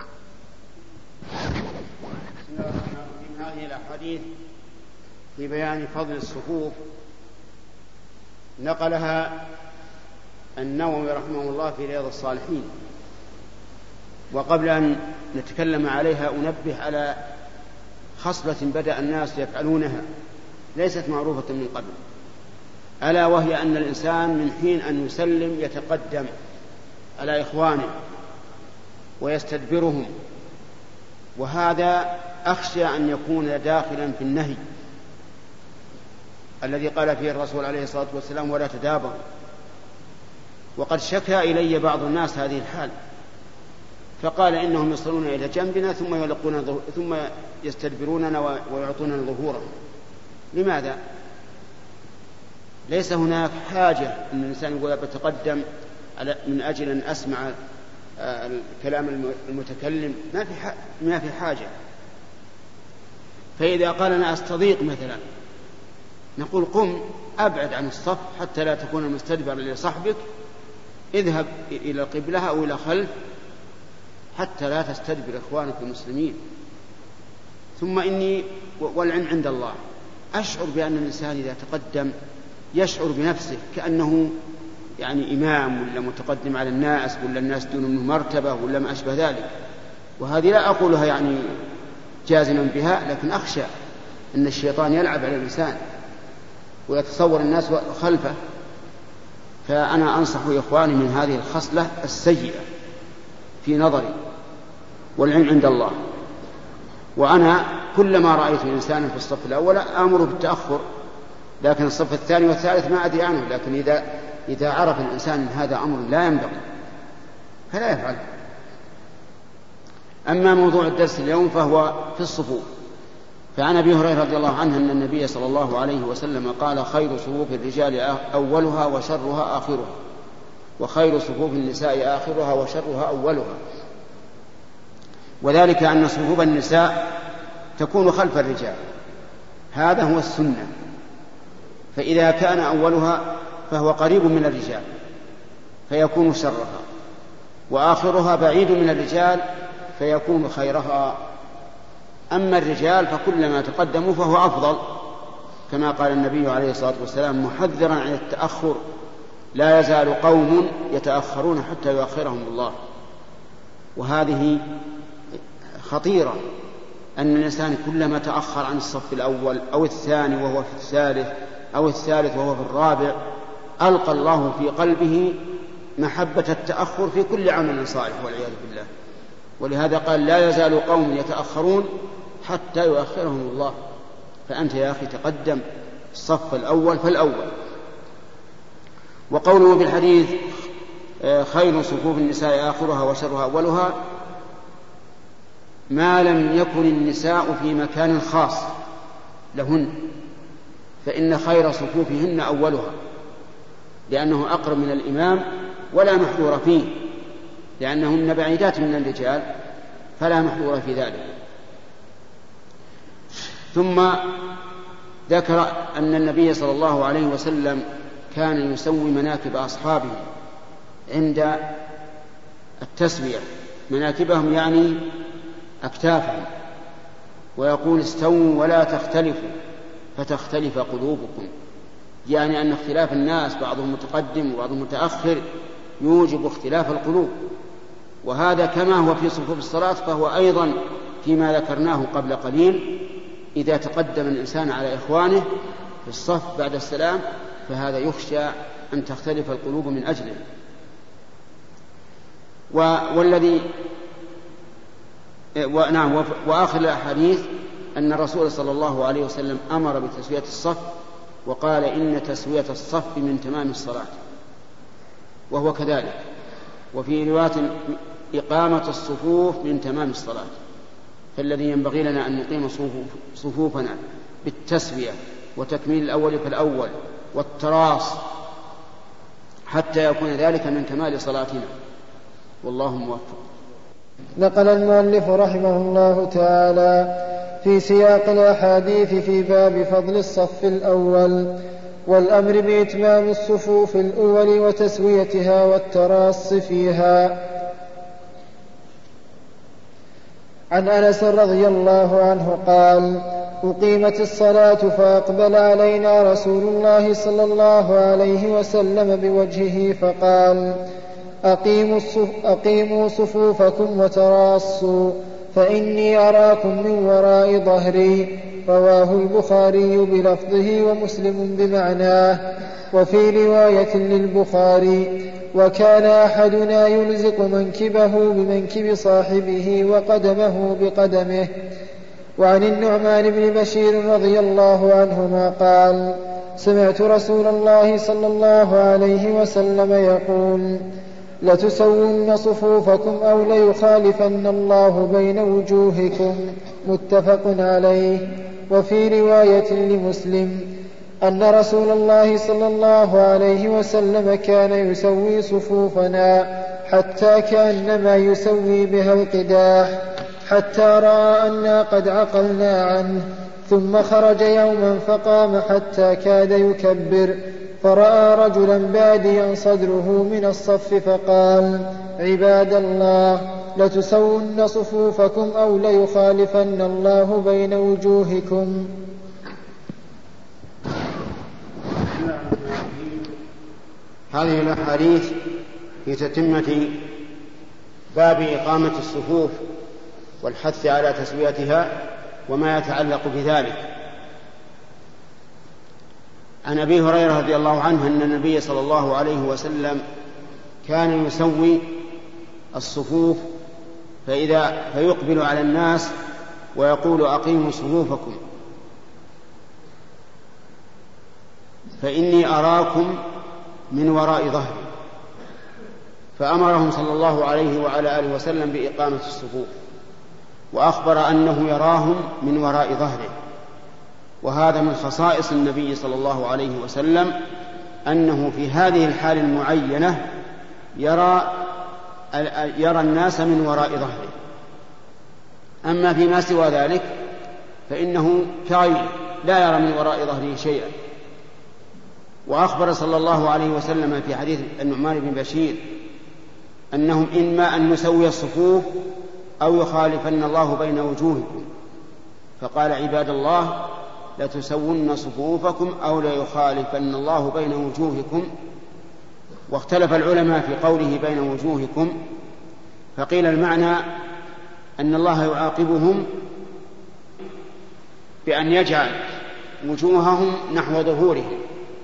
من هذه الأحاديث في بيان فضل الصفوف نقلها النووي رحمه الله في رياض الصالحين. وقبل أن نتكلم عليها أنبه على خصلة بدأ الناس يفعلونها ليست معروفة من قبل، ألا وهي أن الإنسان من حين أن يسلم يتقدم على إخوانه ويستدبرهم، وهذا أخشى أن يكون داخلا في النهي الذي قال فيه الرسول عليه الصلاة والسلام: ولا تدابروا. وقد شكى إلي بعض الناس هذه الحال فقال: إنهم يصلون إلى جنبنا ثم يستدبروننا ويعطوننا ظهورهم. لماذا؟ ليس هناك حاجة أن الإنسان يقول بتقدم من أجل أن أسمع الكلام المتكلم، ما في حاجة. فإذا قال أنا أستضيق مثلا نقول: قم أبعد عن الصف حتى لا تكون مستدبرا لصحبك، اذهب إلى القبلة أو إلى خلف حتى لا تستدبر إخوانك المسلمين. ثم إني والعلم عند الله أشعر بأن الإنسان إذا تقدم يشعر بنفسه كأنه يعني إمام ولا متقدم على الناس ولا الناس دون منه مرتبة ولا ما أشبه ذلك. وهذه لا أقولها يعني جازما بها، لكن أخشى أن الشيطان يلعب على الإنسان ويتصور الناس خلفه. فأنا أنصح إخواني من هذه الخصلة السيئة في نظري، والعلم عند الله. وأنا كلما رأيت إنسانا في الصف الأول آمره بالتأخر، لكن الصف الثاني والثالث ما أدري عنه. لكن إذا عرف الإنسان أن هذا أمر لا ينبغي فلا يفعل. أما موضوع الدرس اليوم فهو في الصفوف. فعن أبي هريرة رضي الله عنه أن النبي صلى الله عليه وسلم قال: خير صفوف الرجال أولها وشرها آخرها، وخير صفوف النساء آخرها وشرها أولها. وذلك أن صفوف النساء تكون خلف الرجال، هذا هو السنة. فإذا كان أولها فهو قريب من الرجال فيكون شرها، وآخرها بعيد من الرجال فيكون خيرها. أما الرجال فكلما تقدموا فهو أفضل، كما قال النبي عليه الصلاة والسلام محذرا عن التأخر: لا يزال قوم يتأخرون حتى يؤخرهم الله. وهذه خطيرة، أن الإنسان كلما تأخر عن الصف الأول أو الثاني وهو في الثالث أو الثالث وهو في الرابع ألقى الله في قلبه محبة التأخر في كل عمل صالح والعياذ بالله. ولهذا قال: لا يزال قوم يتأخرون حتى يؤخرهم الله. فأنت يا أخي تقدم الصف الأول فالأول. وقوله في الحديث: خير صفوف النساء آخرها وشرها أولها، ما لم يكن النساء في مكان خاص لهن، فإن خير صفوفهن أولها، لأنه أقرب من الإمام ولا محظور فيه، لأنهن بعيدات من الرجال فلا محظور في ذلك. ثم ذكر أن النبي صلى الله عليه وسلم كان يسوي مناكب أصحابه عند التسوية، مناكبهم يعني أكتافهم، ويقول: استووا ولا تختلفوا فتختلف قلوبكم، يعني أن اختلاف الناس بعضهم متقدم وبعضهم متأخر يوجب اختلاف القلوب. وهذا كما هو في صفوف الصلاة فهو أيضا فيما ذكرناه قبل قليل. إذا تقدم الإنسان على إخوانه في الصف بعد السلام فهذا يخشى أن تختلف القلوب من أجله. وآخر الأحاديث أن الرسول صلى الله عليه وسلم أمر بتسوية الصف وقال إن تسوية الصف من تمام الصلاة، وهو كذلك. وفي رواية إقامة الصفوف من تمام الصلاة. فالذي ينبغي لنا أن نقيم صفوفنا بالتسوية وتكميل الأول فالأول والتراص حتى يكون ذلك من كمال صلاتنا، والله موفق. نقل المؤلف رحمه الله تعالى في سياق الأحاديث في باب فضل الصف الأول والأمر بإتمام الصفوف الأول وتسويتها والتراص فيها. عن أنس رضي الله عنه قال: أقيمت الصلاة فأقبل علينا رسول الله صلى الله عليه وسلم بوجهه فقال: أقيموا صفوفكم وتراصوا فإني أراكم من وراء ظهري. رواه البخاري بلفظه ومسلم بمعناه. وفي رواية للبخاري: وكان أحدنا يلزق منكبه بمنكب صاحبه وقدمه بقدمه. وعن النعمان بن بشير رضي الله عنهما قال: سمعت رسول الله صلى الله عليه وسلم يقول: لتسون صفوفكم أو ليخالفن الله بين وجوهكم. متفق عليه. وفي رواية لمسلم أن رسول الله صلى الله عليه وسلم كان يسوي صفوفنا حتى كأنما يسوي بها القداح، حتى رأى أنا قد عقلنا عنه، ثم خرج يوما فقام حتى كاد يكبر، فرأى رجلا باديا صدره من الصف فقال: عباد الله، لتسون صفوفكم أو ليخالفن الله بين وجوهكم. هذه الأحاديث في تتمة باب إقامة الصفوف والحث على تسويتها وما يتعلق بذلك. عن أبي هريرة رضي الله عنه أن النبي صلى الله عليه وسلم كان يسوي الصفوف فيقبل على الناس ويقول: أقيموا صفوفكم فإني أراكم من وراء ظهري. فأمرهم صلى الله عليه وعلى آله وسلم بإقامة الصفوف، وأخبر أنه يراهم من وراء ظهره. وهذا من خصائص النبي صلى الله عليه وسلم أنه في هذه الحال المعينة يرى الناس من وراء ظهره. أما فيما سوى ذلك فإنه كغيره لا يرى من وراء ظهره شيئا. وأخبر صلى الله عليه وسلم في حديث النعمان بن بشير أنهم إما أن نسوي الصفوف أو يخالفن الله بين وجوهكم، فقال: عباد الله، لتسون صفوفكم أو ليخالفن الله بين وجوهكم. واختلف العلماء في قوله بين وجوهكم، فقيل المعنى أن الله يعاقبهم بأن يجعل وجوههم نحو ظهورهم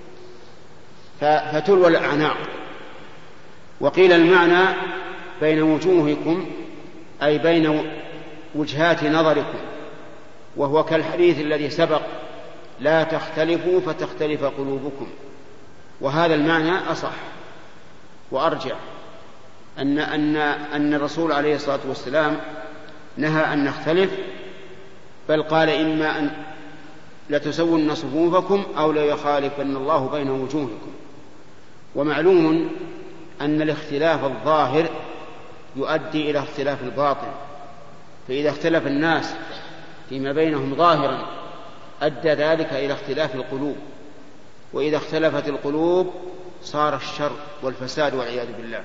فتلو الأعناق. وقيل المعنى بين وجوهكم أي بين وجهات نظركم، وهو كالحديث الذي سبق: لا تختلفوا فتختلف قلوبكم. وهذا المعنى أصح وأرجع، أن الرسول عليه الصلاة والسلام نهى أن نختلف، بل قال: إما أن لتسون صفوفكم أو ليخالفن الله بين وجوهكم. ومعلوم أن الاختلاف الظاهر يؤدي إلى اختلاف الباطن، فإذا اختلف الناس فيما بينهم ظاهرا أدى ذلك إلى اختلاف القلوب، وإذا اختلفت القلوب صار الشر والفساد والعياذ بالله.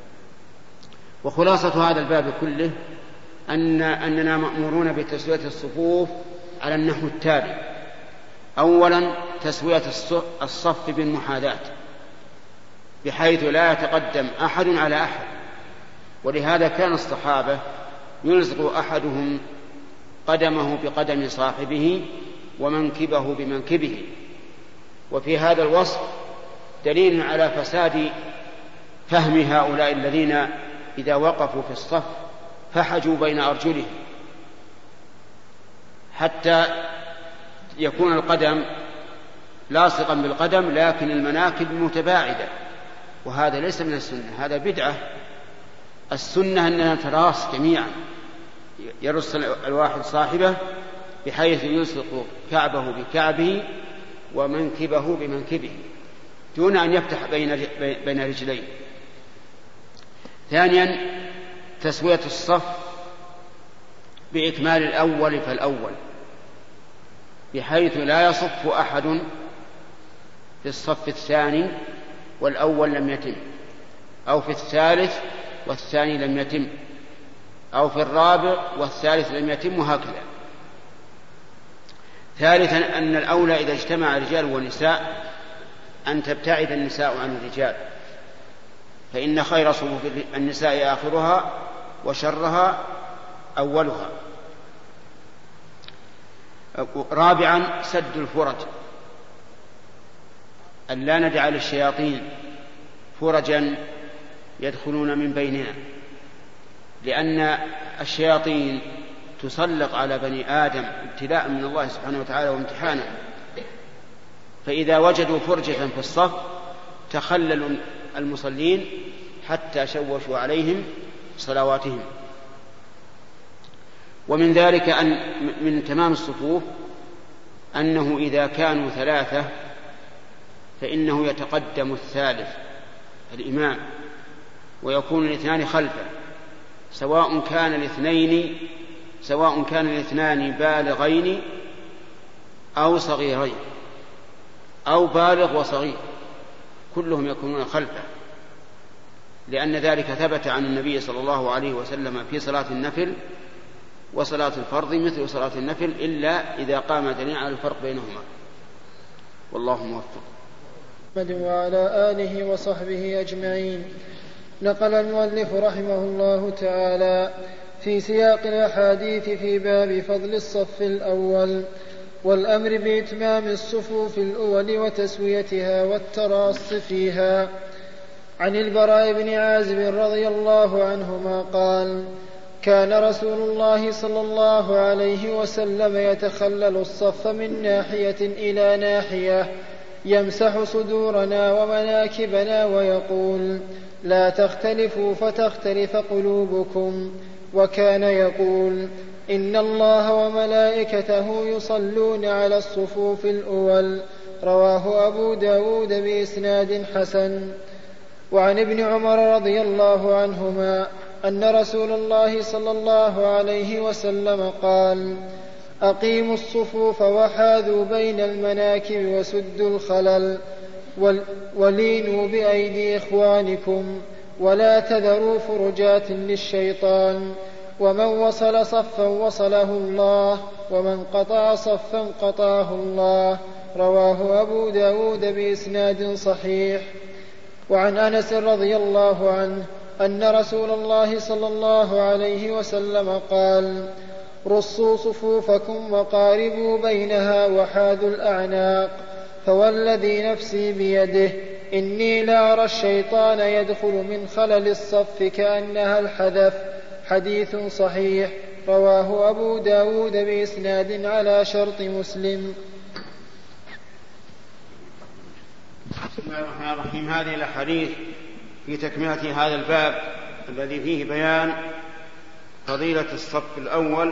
وخلاصة هذا الباب كله أننا مأمورون بتسوية الصفوف على النحو التالي: أولا تسوية الصف بالمحاذاة، بحيث لا يتقدم أحد على أحد. ولهذا كان الصحابة يلزق أحدهم قدمه بقدم صاحبه ومنكبه بمنكبه. وفي هذا الوصف دليل على فساد فهم هؤلاء الذين إذا وقفوا في الصف فحجوا بين أرجلهم، حتى يكون القدم لاصقا بالقدم لكن المناكب متباعدة، وهذا ليس من السنة، هذا بدعة. السنة أننا نتراص جميعا، يرص الواحد صاحبه بحيث يلصق كعبه بكعبه ومنكبه بمنكبه دون أن يفتح بين رجلين. ثانيا تسوية الصف بإكمال الأول فالأول، بحيث لا يصف أحد في الصف الثاني والأول لم يتم، أو في الثالث والثاني لم يتم، أو في الرابع والثالث لم يتم، وهكذا. ثالثا أن الأولى إذا اجتمع رجال ونساء أن تبتعد النساء عن الرجال، فإن خير صفوف النساء آخرها وشرها أولها. رابعا سد الفرج، أن لا نجعل الشياطين فرجا يدخلون من بيننا، لأن الشياطين تسلط على بني آدم ابتلاء من الله سبحانه وتعالى وامتحانا، فإذا وجدوا فرجة في الصف تخللوا المصلين حتى شوشوا عليهم صلواتهم. ومن ذلك أن من تمام الصفوف أنه إذا كانوا ثلاثة فإنه يتقدم الثالث الإمام ويكون الاثنان خلفه، سواء كان الاثنان بالغين أو صغيرين أو بالغ وصغير، كلهم يكونون خلفه، لأن ذلك ثبت عن النبي صلى الله عليه وسلم في صلاة النفل وصلاة الفرض مثل صلاة النفل إلا إذا قام دليل على الفرق بينهما. والله موفق. وعلى آله وصحبه أجمعين. نقل المؤلف رحمه الله تعالى في سياق الأحاديث في باب فضل الصف الأول والأمر بإتمام الصفوف الأول وتسويتها والتراص فيها عن البراء بن عازب رضي الله عنهما قال: كان رسول الله صلى الله عليه وسلم يتخلل الصف من ناحية إلى ناحية يمسح صدورنا ومناكبنا ويقول: لا تختلفوا فتختلف قلوبكم. وكان يقول: إن الله وملائكته يصلون على الصفوف الأول. رواه أبو داود بإسناد حسن. وعن ابن عمر رضي الله عنهما أن رسول الله صلى الله عليه وسلم قال: أقيموا الصفوف وحاذوا بين المناكب وسدوا الخلل ولينوا بأيدي إخوانكم ولا تذروا فرجات للشيطان. ومن وصل صفا وصله الله ومن قطع صفا قطعه الله. رواه أبو داود بإسناد صحيح. وعن أنس رضي الله عنه أن رسول الله صلى الله عليه وسلم قال: رصوا صفوفكم وقاربوا بينها وحاذوا الأعناق، فوالذي نفسي بيده إني لأرى الشيطان يدخل من خلل الصف كأنها الحذف. حديث صحيح. رواه أبو داود بإسناد على شرط مسلم. بسم الله الرحمن الرحيم. هذه الأحاديث في تكملة هذا الباب الذي فيه بيان فضيلة الصف الأول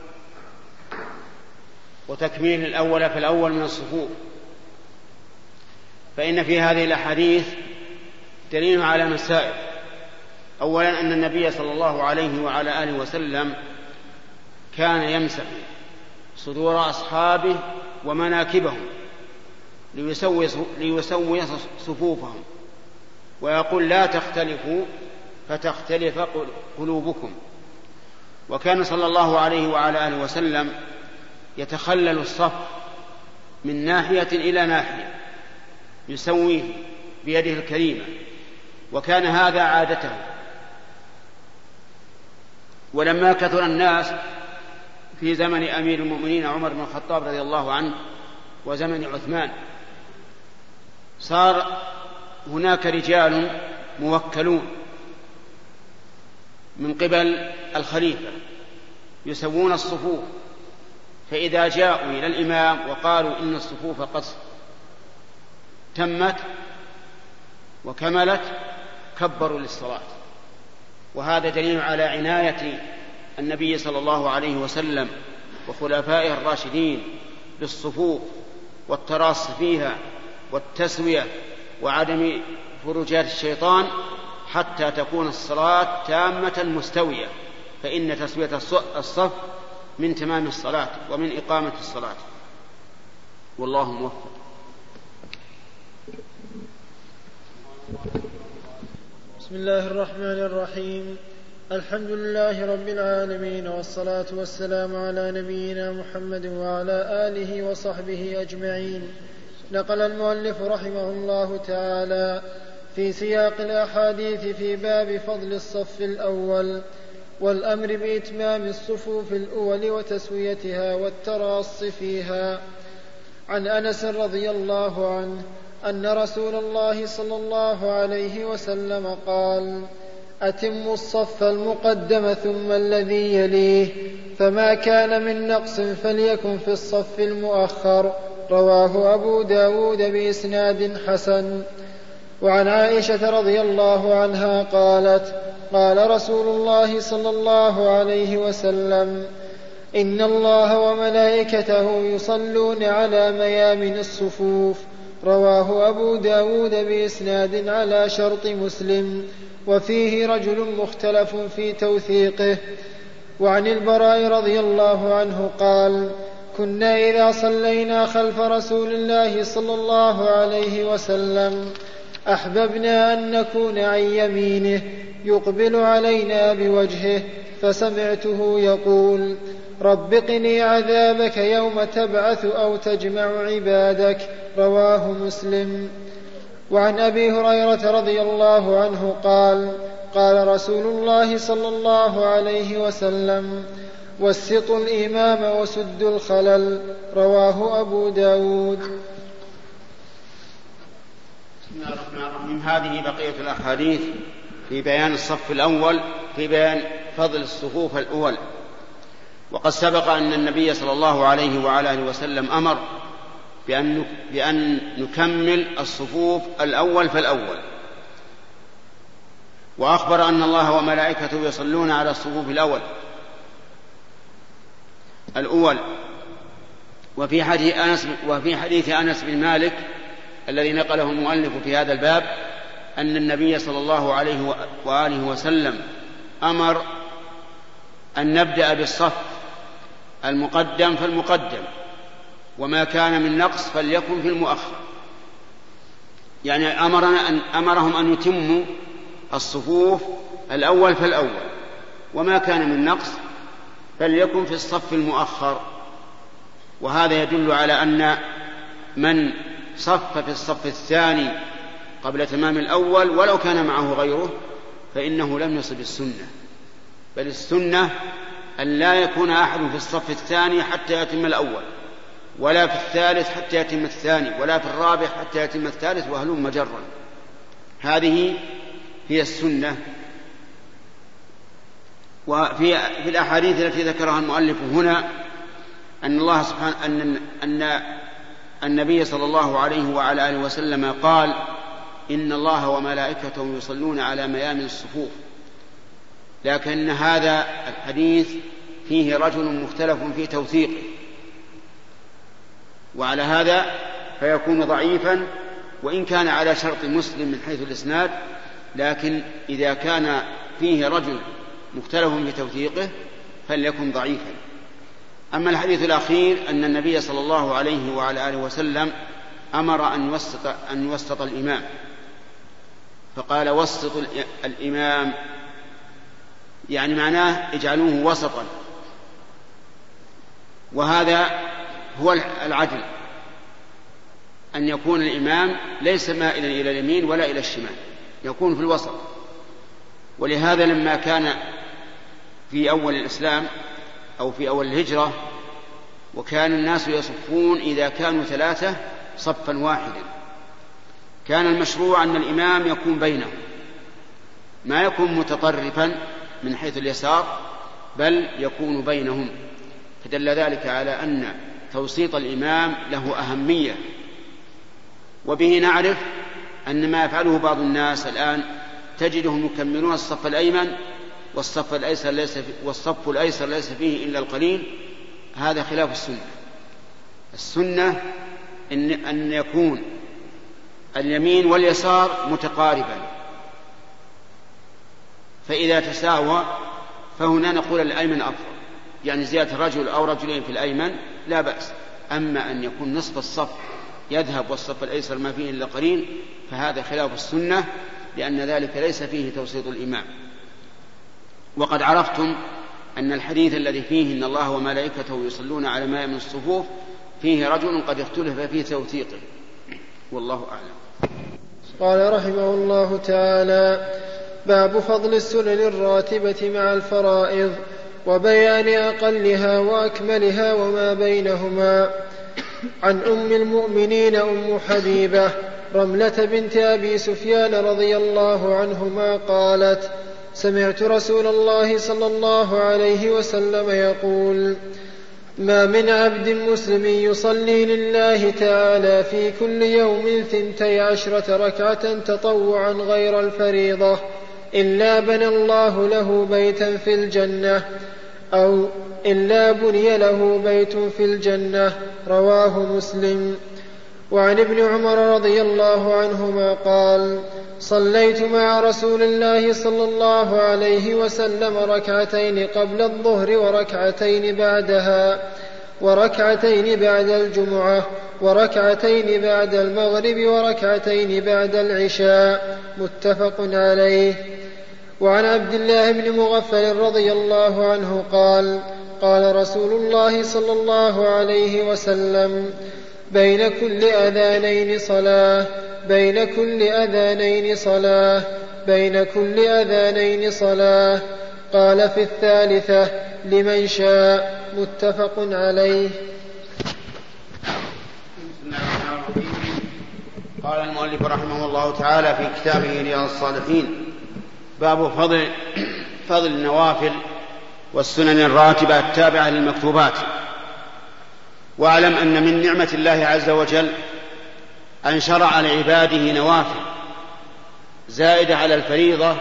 وتكميل الأول فالأول من الصفوف. فإن في هذه الأحاديث دليل على مسائل. أولا أن النبي صلى الله عليه وعلى آله وسلم كان يمسح صدور أصحابه ومناكبهم ليسوي صفوفهم، ويقول: لا تختلفوا فتختلف قلوبكم. وكان صلى الله عليه وعلى آله وسلم يتخلل الصف من ناحية إلى ناحية يسويه بيده الكريمة، وكان هذا عادته. ولما كثر الناس في زمن أمير المؤمنين عمر بن الخطاب رضي الله عنه وزمن عثمان، صار هناك رجال موكلون من قبل الخليفة يسوون الصفوف فإذا جاءوا إلى الإمام وقالوا إن الصفوف قد تمت وكملت كبروا للصلاة. وهذا دليل على عناية النبي صلى الله عليه وسلم وخلفائه الراشدين بالصفوف والتراص فيها والتسوية وعدم فروجات الشيطان حتى تكون الصلاة تامة مستوية، فإن تسوية الصف من تمام الصلاة ومن إقامة الصلاة. والله موفق. بسم الله الرحمن الرحيم. الحمد لله رب العالمين، والصلاة والسلام على نبينا محمد وعلى آله وصحبه أجمعين. نقل المؤلف رحمه الله تعالى في سياق الأحاديث في باب فضل الصف الأول والأمر بإتمام الصفوف الأول وتسويتها والتراص فيها عن أنس رضي الله عنه أن رسول الله صلى الله عليه وسلم قال: أتموا الصف المقدم ثم الذي يليه، فما كان من نقص فليكن في الصف المؤخر. رواه أبو داود بإسناد حسن. وعن عائشة رضي الله عنها قالت: قال رسول الله صلى الله عليه وسلم: إن الله وملائكته يصلون على ميامن الصفوف. رواه أبو داود بإسناد على شرط مسلم، وفيه رجل مختلف في توثيقه. وعن البراء رضي الله عنه قال: كنا إذا صلينا خلف رسول الله صلى الله عليه وسلم أحببنا أن نكون عن يمينه يقبل علينا بوجهه، فسمعته يقول: رب قني عذابك يوم تبعث أو تجمع عبادك. رواه مسلم. وعن أبي هريرة رضي الله عنه قال: قال رسول الله صلى الله عليه وسلم: وسطوا الإمام وسدوا الخلل. رواه أبو داود. بسم الله الرحمن الرحيم. هذه بقية الأحاديث في بيان الصف الأول، في بيان فضل الصفوف الأول. وقد سبق أن النبي صلى الله عليه وعلى آله وسلم أمر بأن نكمل الصفوف الأول فالأول، وأخبر أن الله وملائكته يصلون على الصفوف الأول. وفي حديث أنس بن مالك الذي نقله المؤلف في هذا الباب أن النبي صلى الله عليه وآله وسلم أمر أن نبدأ بالصف المقدم فالمقدم، وما كان من نقص فليكن في المؤخر. يعني أمرهم أن يتموا الصفوف الأول فالأول، وما كان من نقص فليكن في الصف المؤخر. وهذا يدل على أن من صف في الصف الثاني قبل تمام الأول ولو كان معه غيره فإنه لم يصب السنة، بل السنة أن لا يكون أحد في الصف الثاني حتى يتم الأول، ولا في الثالث حتى يتم الثاني، ولا في الرابع حتى يتم الثالث، وهلم جرا. هذه هي السنة. وفي الأحاديث التي ذكرها المؤلف هنا أن الله سبحانه أن النبي صلى الله عليه وعلى آله وسلم قال: إن الله وملائكته يصلون على ميامن الصفوف. لكن هذا الحديث فيه رجل مختلف في توثيقه، وعلى هذا فيكون ضعيفا وإن كان على شرط مسلم من حيث الإسناد، لكن إذا كان فيه رجل مختلف في توثيقه فليكن ضعيفا. أما الحديث الأخير أن النبي صلى الله عليه وعلى آله وسلم أمر أن يوسط الإمام، فقال: وسط الإمام، يعني معناه اجعلوه وسطا. وهذا هو العدل، أن يكون الإمام ليس مائلا إلى اليمين ولا إلى الشمال، يكون في الوسط. ولهذا لما كان في أول الإسلام أو في أول الهجرة وكان الناس يصفون إذا كانوا 3 صفا واحدا، كان المشروع أن الإمام يكون بينهم، ما يكون متطرفا من حيث اليسار، بل يكون بينهم. فدل ذلك على أن توسيط الإمام له أهمية. وبه نعرف أن ما يفعله بعض الناس الآن تجدهم يكملون الصف الأيمن والصف الأيسر ليس فيه إلا القليل، هذا خلاف السنة. السنة أن يكون اليمين واليسار متقاربا، فإذا تساوى فهنا نقول الأيمن أفضل، يعني زيادة رجل أو رجلين في الأيمن لا بأس. أما أن يكون نصف الصف يذهب والصف الأيسر ما فيه إلا قليل فهذا خلاف السنة، لأن ذلك ليس فيه توسيط الإمام. وقد عرفتم أن الحديث الذي فيه إن الله وملائكته يصلون على ما من الصفوف فيه رجل قد اختلف في توثيقه، والله أعلم. قال رحمه الله تعالى: باب فضل السنن الراتبة مع الفرائض وبيان أقلها وأكملها وما بينهما. عن أم المؤمنين أم حبيبة رملة بنت أبي سفيان رضي الله عنهما قالت: سمعت رسول الله صلى الله عليه وسلم يقول: ما من عبد مسلم يصلي لله تعالى في كل يوم 12 ركعة تطوعا غير الفريضة إلا بنى الله له بيتا في الجنة، أو إلا بني له بيت في الجنة. رواه مسلم. وعن ابن عمر رضي الله عنهما قال: صليت مع رسول الله صلى الله عليه وسلم ركعتين قبل الظهر وركعتين بعدها، وركعتين بعد الجمعة، وركعتين بعد المغرب، وركعتين بعد العشاء. متفق عليه. وعن عبد الله بن مغفل رضي الله عنه قال: قال رسول الله صلى الله عليه وسلم: بين كل أذانين صلاة، بين كل أذانين صلاة، بين كل أذانين صلاة. قال في الثالثة: لمن شاء. متفق عليه. قال المؤلف رحمه الله تعالى في كتابه رياض الصالحين: باب فضل النوافل والسنن الراتبة التابعة للمكتوبات. واعلم أن من نعمة الله عز وجل أن شرع لعباده نوافل زائدة على الفريضة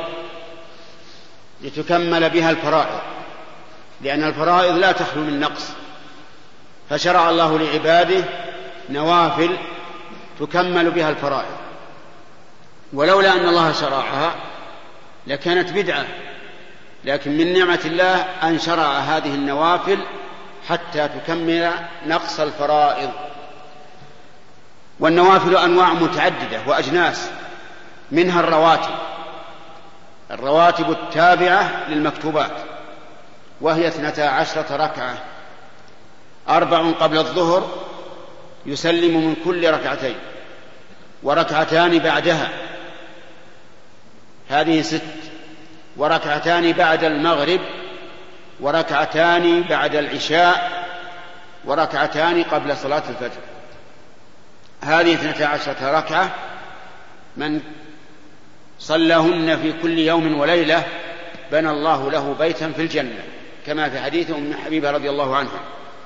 لتكمل بها الفرائض، لأن الفرائض لا تخلو من نقص، فشرع الله لعباده نوافل تكمل بها الفرائض. ولولا أن الله شرعها لكانت بدعة، لكن من نعمة الله أن شرع هذه النوافل حتى تكمل نقص الفرائض. والنوافل أنواع متعددة وأجناس، منها الرواتب التابعة للمكتوبات، وهي 12 ركعة، 4 قبل الظهر يسلم من كل ركعتين، وركعتان بعدها، هذه 6، وركعتان بعد المغرب، وركعتان بعد العشاء، وركعتان قبل صلاة الفجر. هذه 12 ركعة من صلىهن في كل يوم وليلة بنى الله له بيتا في الجنة، كما في حديث أم حبيبة رضي الله عنها.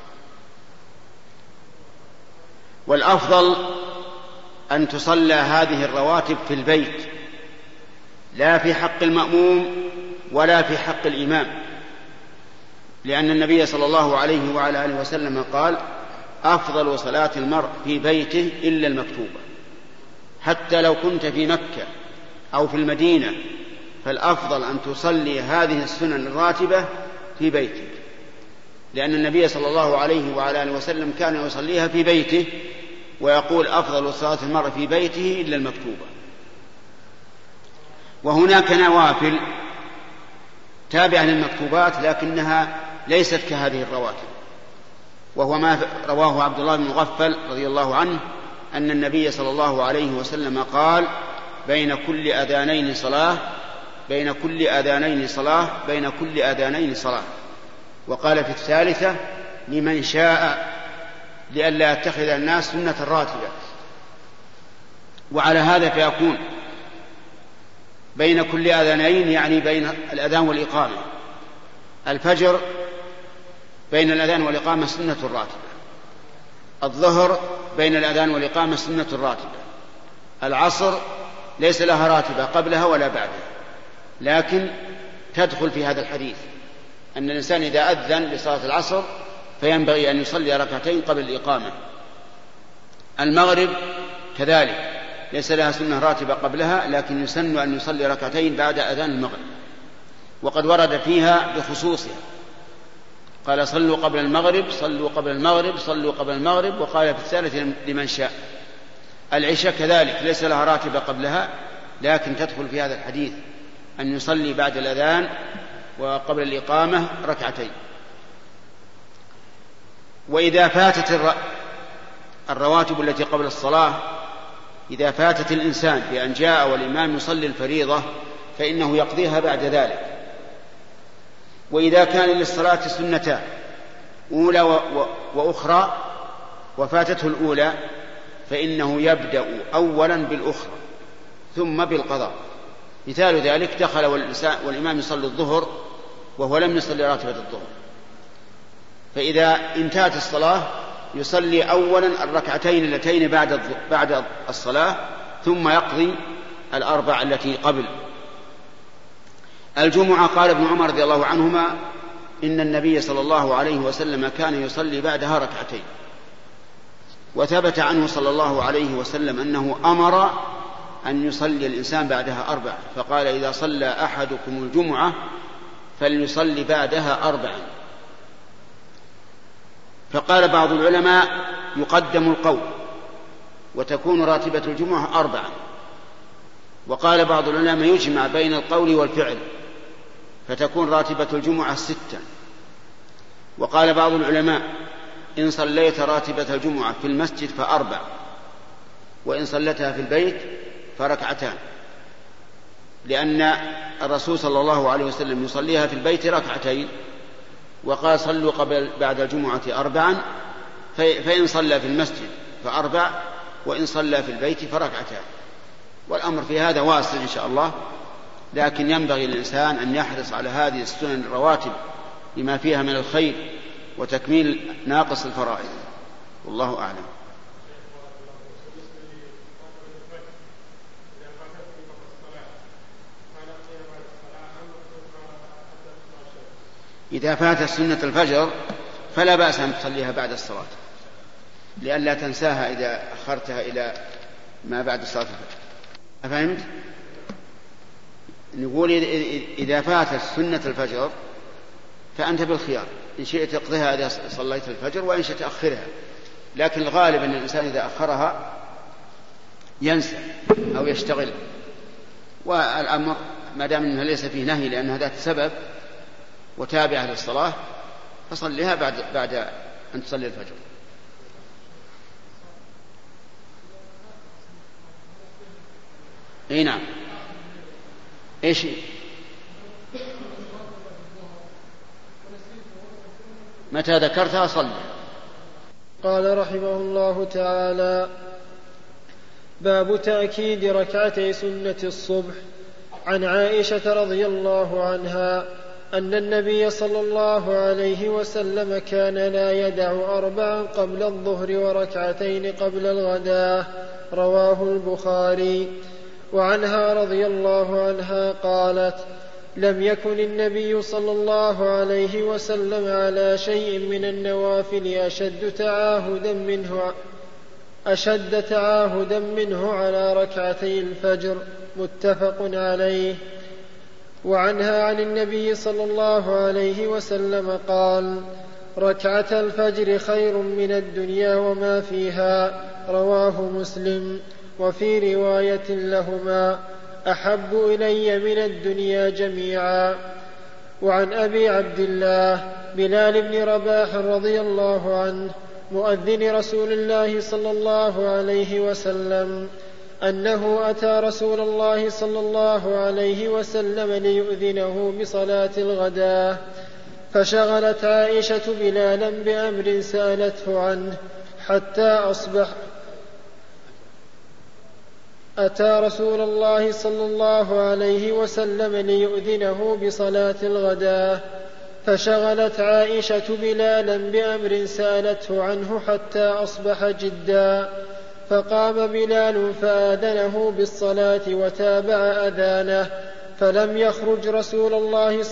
والأفضل أن تصلى هذه الرواتب في البيت، لا في حق المأموم ولا في حق الإمام، لأن النبي صلى الله عليه وعلى آله وسلم قال: أفضل صلاة المرء في بيته إلا المكتوبة. حتى لو كنت في مكة أو في المدينة فالأفضل أن تصلي هذه السنن الراتبة في بيتك، لأن النبي صلى الله عليه وعلى آله وسلم كان يصليها في بيته ويقول: أفضل صلاة المرء في بيته إلا المكتوبة. وهناك نوافل تابعة للمكتوبات لكنها ليست كهذه الرواتب، وهو ما رواه عبد الله بن مغفل رضي الله عنه أن النبي صلى الله عليه وسلم قال: بين كل أذانين صلاة، بين كل أذانين صلاة، بين كل أذانين صلاة. وقال في الثالثة: لمن شاء، لئلا يتخذ الناس سنة راتبة. وعلى هذا فيكون بين كل أذانين يعني بين الأذان والإقامة. الفجر بين الأذان والإقامة سنة راتبة، الظهر بين الأذان والإقامة سنة راتبة، العصر ليس لها راتبة قبلها ولا بعدها، لكن تدخل في هذا الحديث أن الإنسان إذا أذن لصلاة العصر فينبغي أن يصلي ركعتين قبل الإقامة. المغرب كذلك ليس لها سنة راتبة قبلها، لكن يسن أن يصلي ركعتين بعد أذان المغرب، وقد ورد فيها بخصوصها، قال صلوا قبل المغرب، صلوا قبل المغرب، صلوا قبل المغرب، وقال في الثالث لمن شاء. العشاء كذلك ليس لها راتبة قبلها، لكن تدخل في هذا الحديث أن يصلي بعد الأذان وقبل الإقامة ركعتين. وإذا فاتت الرواتب التي قبل الصلاة، إذا فاتت الإنسان بأن جاء والإمام يصلي الفريضة فإنه يقضيها بعد ذلك. وإذا كان للصلاة سنتان أولى وأخرى وفاتته الأولى فإنه يبدأ أولا بالأخرى ثم بالقضاء. مثال ذلك دخل والإمام يصلي الظهر وهو لم يصلي راتبة الظهر، فإذا انتهت الصلاة يصلي أولا الركعتين اللتين بعد الصلاة ثم يقضي الأربع التي قبل. الجمعة قال ابن عمر رضي الله عنهما إن النبي صلى الله عليه وسلم كان يصلي بعدها ركعتين، وثبت عنه صلى الله عليه وسلم أنه أمر أن يصلي الإنسان بعدها أربع، فقال إذا صلى أحدكم الجمعة فليصلي بعدها أربعا. فقال بعض العلماء يقدم القول وتكون راتبة الجمعة أربعا، وقال بعض العلماء يجمع بين القول والفعل فتكون راتبة الجمعة ستا. وقال بعض العلماء إن صليت راتبة الجمعة في المسجد فأربع، وإن صلتها في البيت فركعتان، لأن الرسول صلى الله عليه وسلم يصليها في البيت ركعتين، وقال صلوا بعد الجمعة أربعا، فإن صلى في المسجد فأربع، وإن صلى في البيت فركعتان. والأمر في هذا واسع إن شاء الله، لكن ينبغي للإنسان أن يحرص على هذه السنن الرواتب لما فيها من الخير وتكميل ناقص الفرائض، والله أعلم. إذا فاتت سنة الفجر فلا بأس أن تصليها بعد الصلاة، لئلا تنساها إذا أخرتها إلى ما بعد صلاة الفجر. أفهمت؟ نقول إذا فاتت سنة الفجر فأنت بالخيار، إن شئت اقضيها إذا صليت الفجر، وإن شئت أخرها، لكن الغالب أن الإنسان إذا أخرها ينسى أو يشتغل، والأمر ما دام أنه ليس فيه نهي لأن ذات سبب وتابعة للصلاة فصليها بعد أن تصلي الفجر. أي نعم. إيش؟ متى ذكرتها صلي. قال رحمه الله تعالى: باب تأكيد ركعتي سنة الصبح. عن عائشة رضي الله عنها أن النبي صلى الله عليه وسلم كان لا يدع أربعا قبل الظهر وركعتين قبل الغداة، رواه البخاري. وعنها رضي الله عنها قالت: لم يكن النبي صلى الله عليه وسلم على شيء من النوافل أشد تعاهدا منه على ركعتي الفجر، متفق عليه. وعنها عن النبي صلى الله عليه وسلم قال: ركعة الفجر خير من الدنيا وما فيها، رواه مسلم. وفي رواية لهما: أحب إلي من الدنيا جميعا. وعن أبي عبد الله بلال بن رباح رضي الله عنه مؤذن رسول الله صلى الله عليه وسلم أنه أتى رسول الله صلى الله عليه وسلم ليؤذنه بصلاة الغداة، فشغلت عائشة بلالا بأمر سألته عنه حتى أصبح. أتى رسول الله صلى الله عليه وسلم ليؤذنه بصلاة الغداة، فشغلت عائشة بلالا بأمر سألته عنه حتى أصبح جدا، فقام بلال فآذنه بالصلاة وتابع أذانه، فلم يخرج رسول الله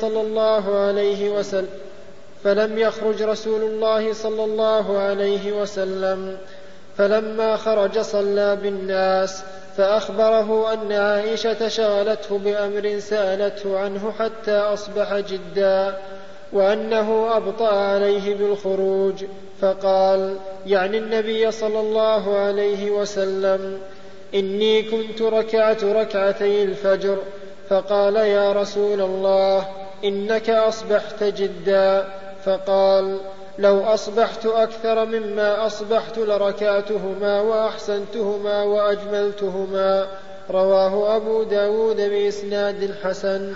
صلى الله عليه وسلم، فلما خرج صلى بالناس، فأخبره أن عائشة شغلته بأمر سألته عنه حتى أصبح جدا، وأنه أبطأ عليه بالخروج، فقال يعني النبي صلى الله عليه وسلم: إني كنت ركعت ركعتي الفجر، فقال: يا رسول الله إنك أصبحت جدا، فقال: لو أصبحت أكثر مما أصبحت لركعتهما وأحسنتهما وأجملتهما. رواه أبو داود بإسناد حسن.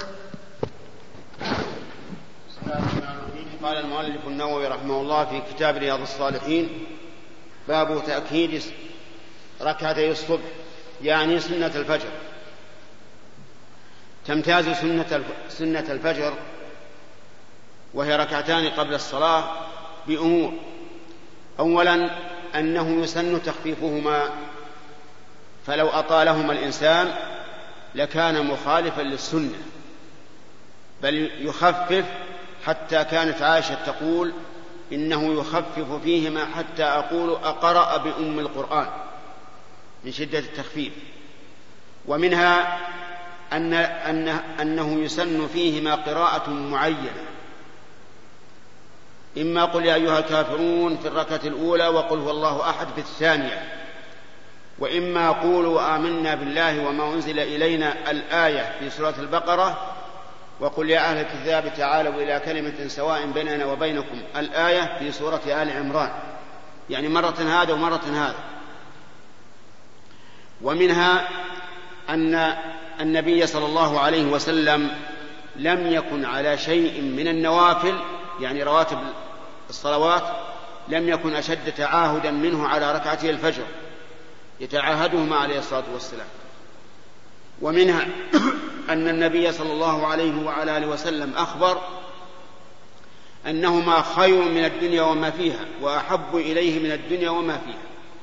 قال المؤلف النووي رحمه الله في كتاب رياض الصالحين: باب تأكيد ركعتي الصبح، يعني سنة الفجر. تمتاز سنة الفجر وهي ركعتان قبل الصلاة بأمور: أولا أنه يسن تخفيفهما، فلو أطالهما الإنسان لكان مخالفا للسنة، بل يخفف، حتى كانت عائشة تقول: إنه يخفف فيهما حتى أقول أقرأ بأم القرآن من شدة التخفيف. ومنها أنه يسن فيهما قراءة معينة، إما قل يا أيها الكافرون في الركعة الأولى وقل هو الله أحد في الثانية، وإما قولوا آمنا بالله وما أنزل إلينا الآية في سورة البقرة، وقل يا أهل الكتاب تعالوا إلى كلمة سواء بيننا وبينكم الآية في سورة آل عمران، يعني مرة هذا ومرة هذا. ومنها أن النبي صلى الله عليه وسلم لم يكن على شيء من النوافل، يعني رواتب الصلوات، لم يكن أشد تعاهدا منه على ركعتي الفجر، يتعاهدهما عليه الصلاة والسلام. ومنها أن النبي صلى الله عليه وعلى آله وسلم أخبر أنهما خير من الدنيا وما فيها، وأحب إليه من الدنيا وما فيها.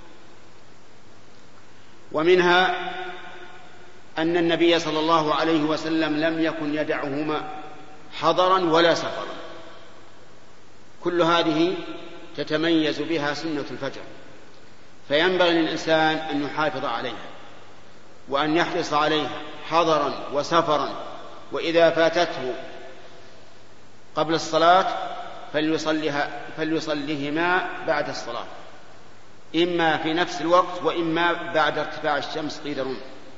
ومنها أن النبي صلى الله عليه وسلم لم يكن يدعهما حضرا ولا سفرا. كل هذه تتميز بها سنة الفجر، فينبغي للإنسان أن يحافظ عليها وأن يحرص عليها حضرا وسفرا. وإذا فاتته قبل الصلاة فليصليهما بعد الصلاة، إما في نفس الوقت وإما بعد ارتفاع الشمس قدرون.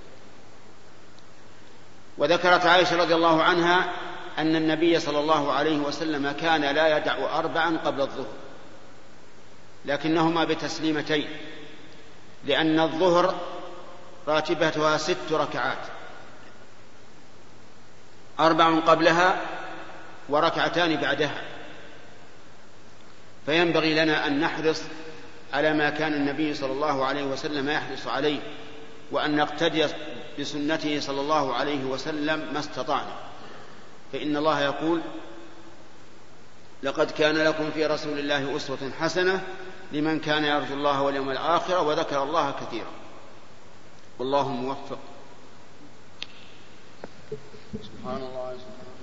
وذكرت عائشة رضي الله عنها أن النبي صلى الله عليه وسلم كان لا يدع 4 قبل الظهر، لكنهما بتسليمتين، لأن الظهر راتبتها 6 ركعات، 4 قبلها وركعتان بعدها. فينبغي لنا أن نحرص على ما كان النبي صلى الله عليه وسلم يحرص عليه، وأن نقتدي بسنته صلى الله عليه وسلم ما استطعنا. فإن الله يقول: لقد كان لكم في رسول الله أسوة حسنة لمن كان يرجو الله واليوم الآخر وذكر الله كثيرا. والله موفق. سبحان الله.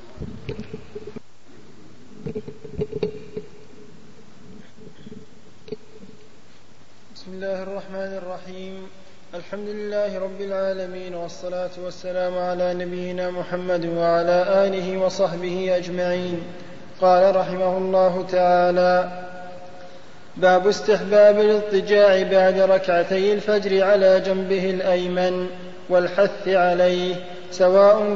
بسم الله الرحمن الرحيم. الحمد لله رب العالمين، والصلاة والسلام على نبينا محمد وعلى آله وصحبه أجمعين. قال رحمه الله تعالى: باب استحباب الاضطجاع بعد ركعتي الفجر على جنبه الأيمن والحث عليه، سواء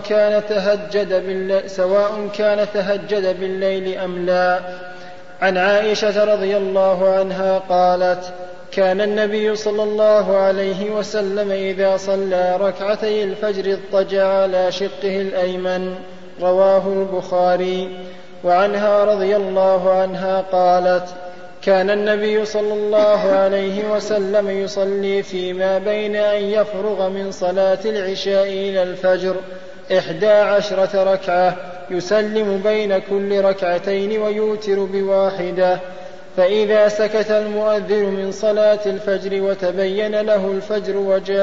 كان تهجد بالليل أم لا. عن عائشة رضي الله عنها قالت: كان النبي صلى الله عليه وسلم إذا صلى ركعتي الفجر اضطجع على شقه الأيمن. رواه البخاري. وعنها رضي الله عنها قالت: كان النبي صلى الله عليه وسلم يصلي فيما بين أن يفرغ من صلاة العشاء إلى الفجر 11 ركعة، يسلم بين كل ركعتين ويوتر بواحدة. فإذا سكت المؤذن من صلاة الفجر وتبين له الفجر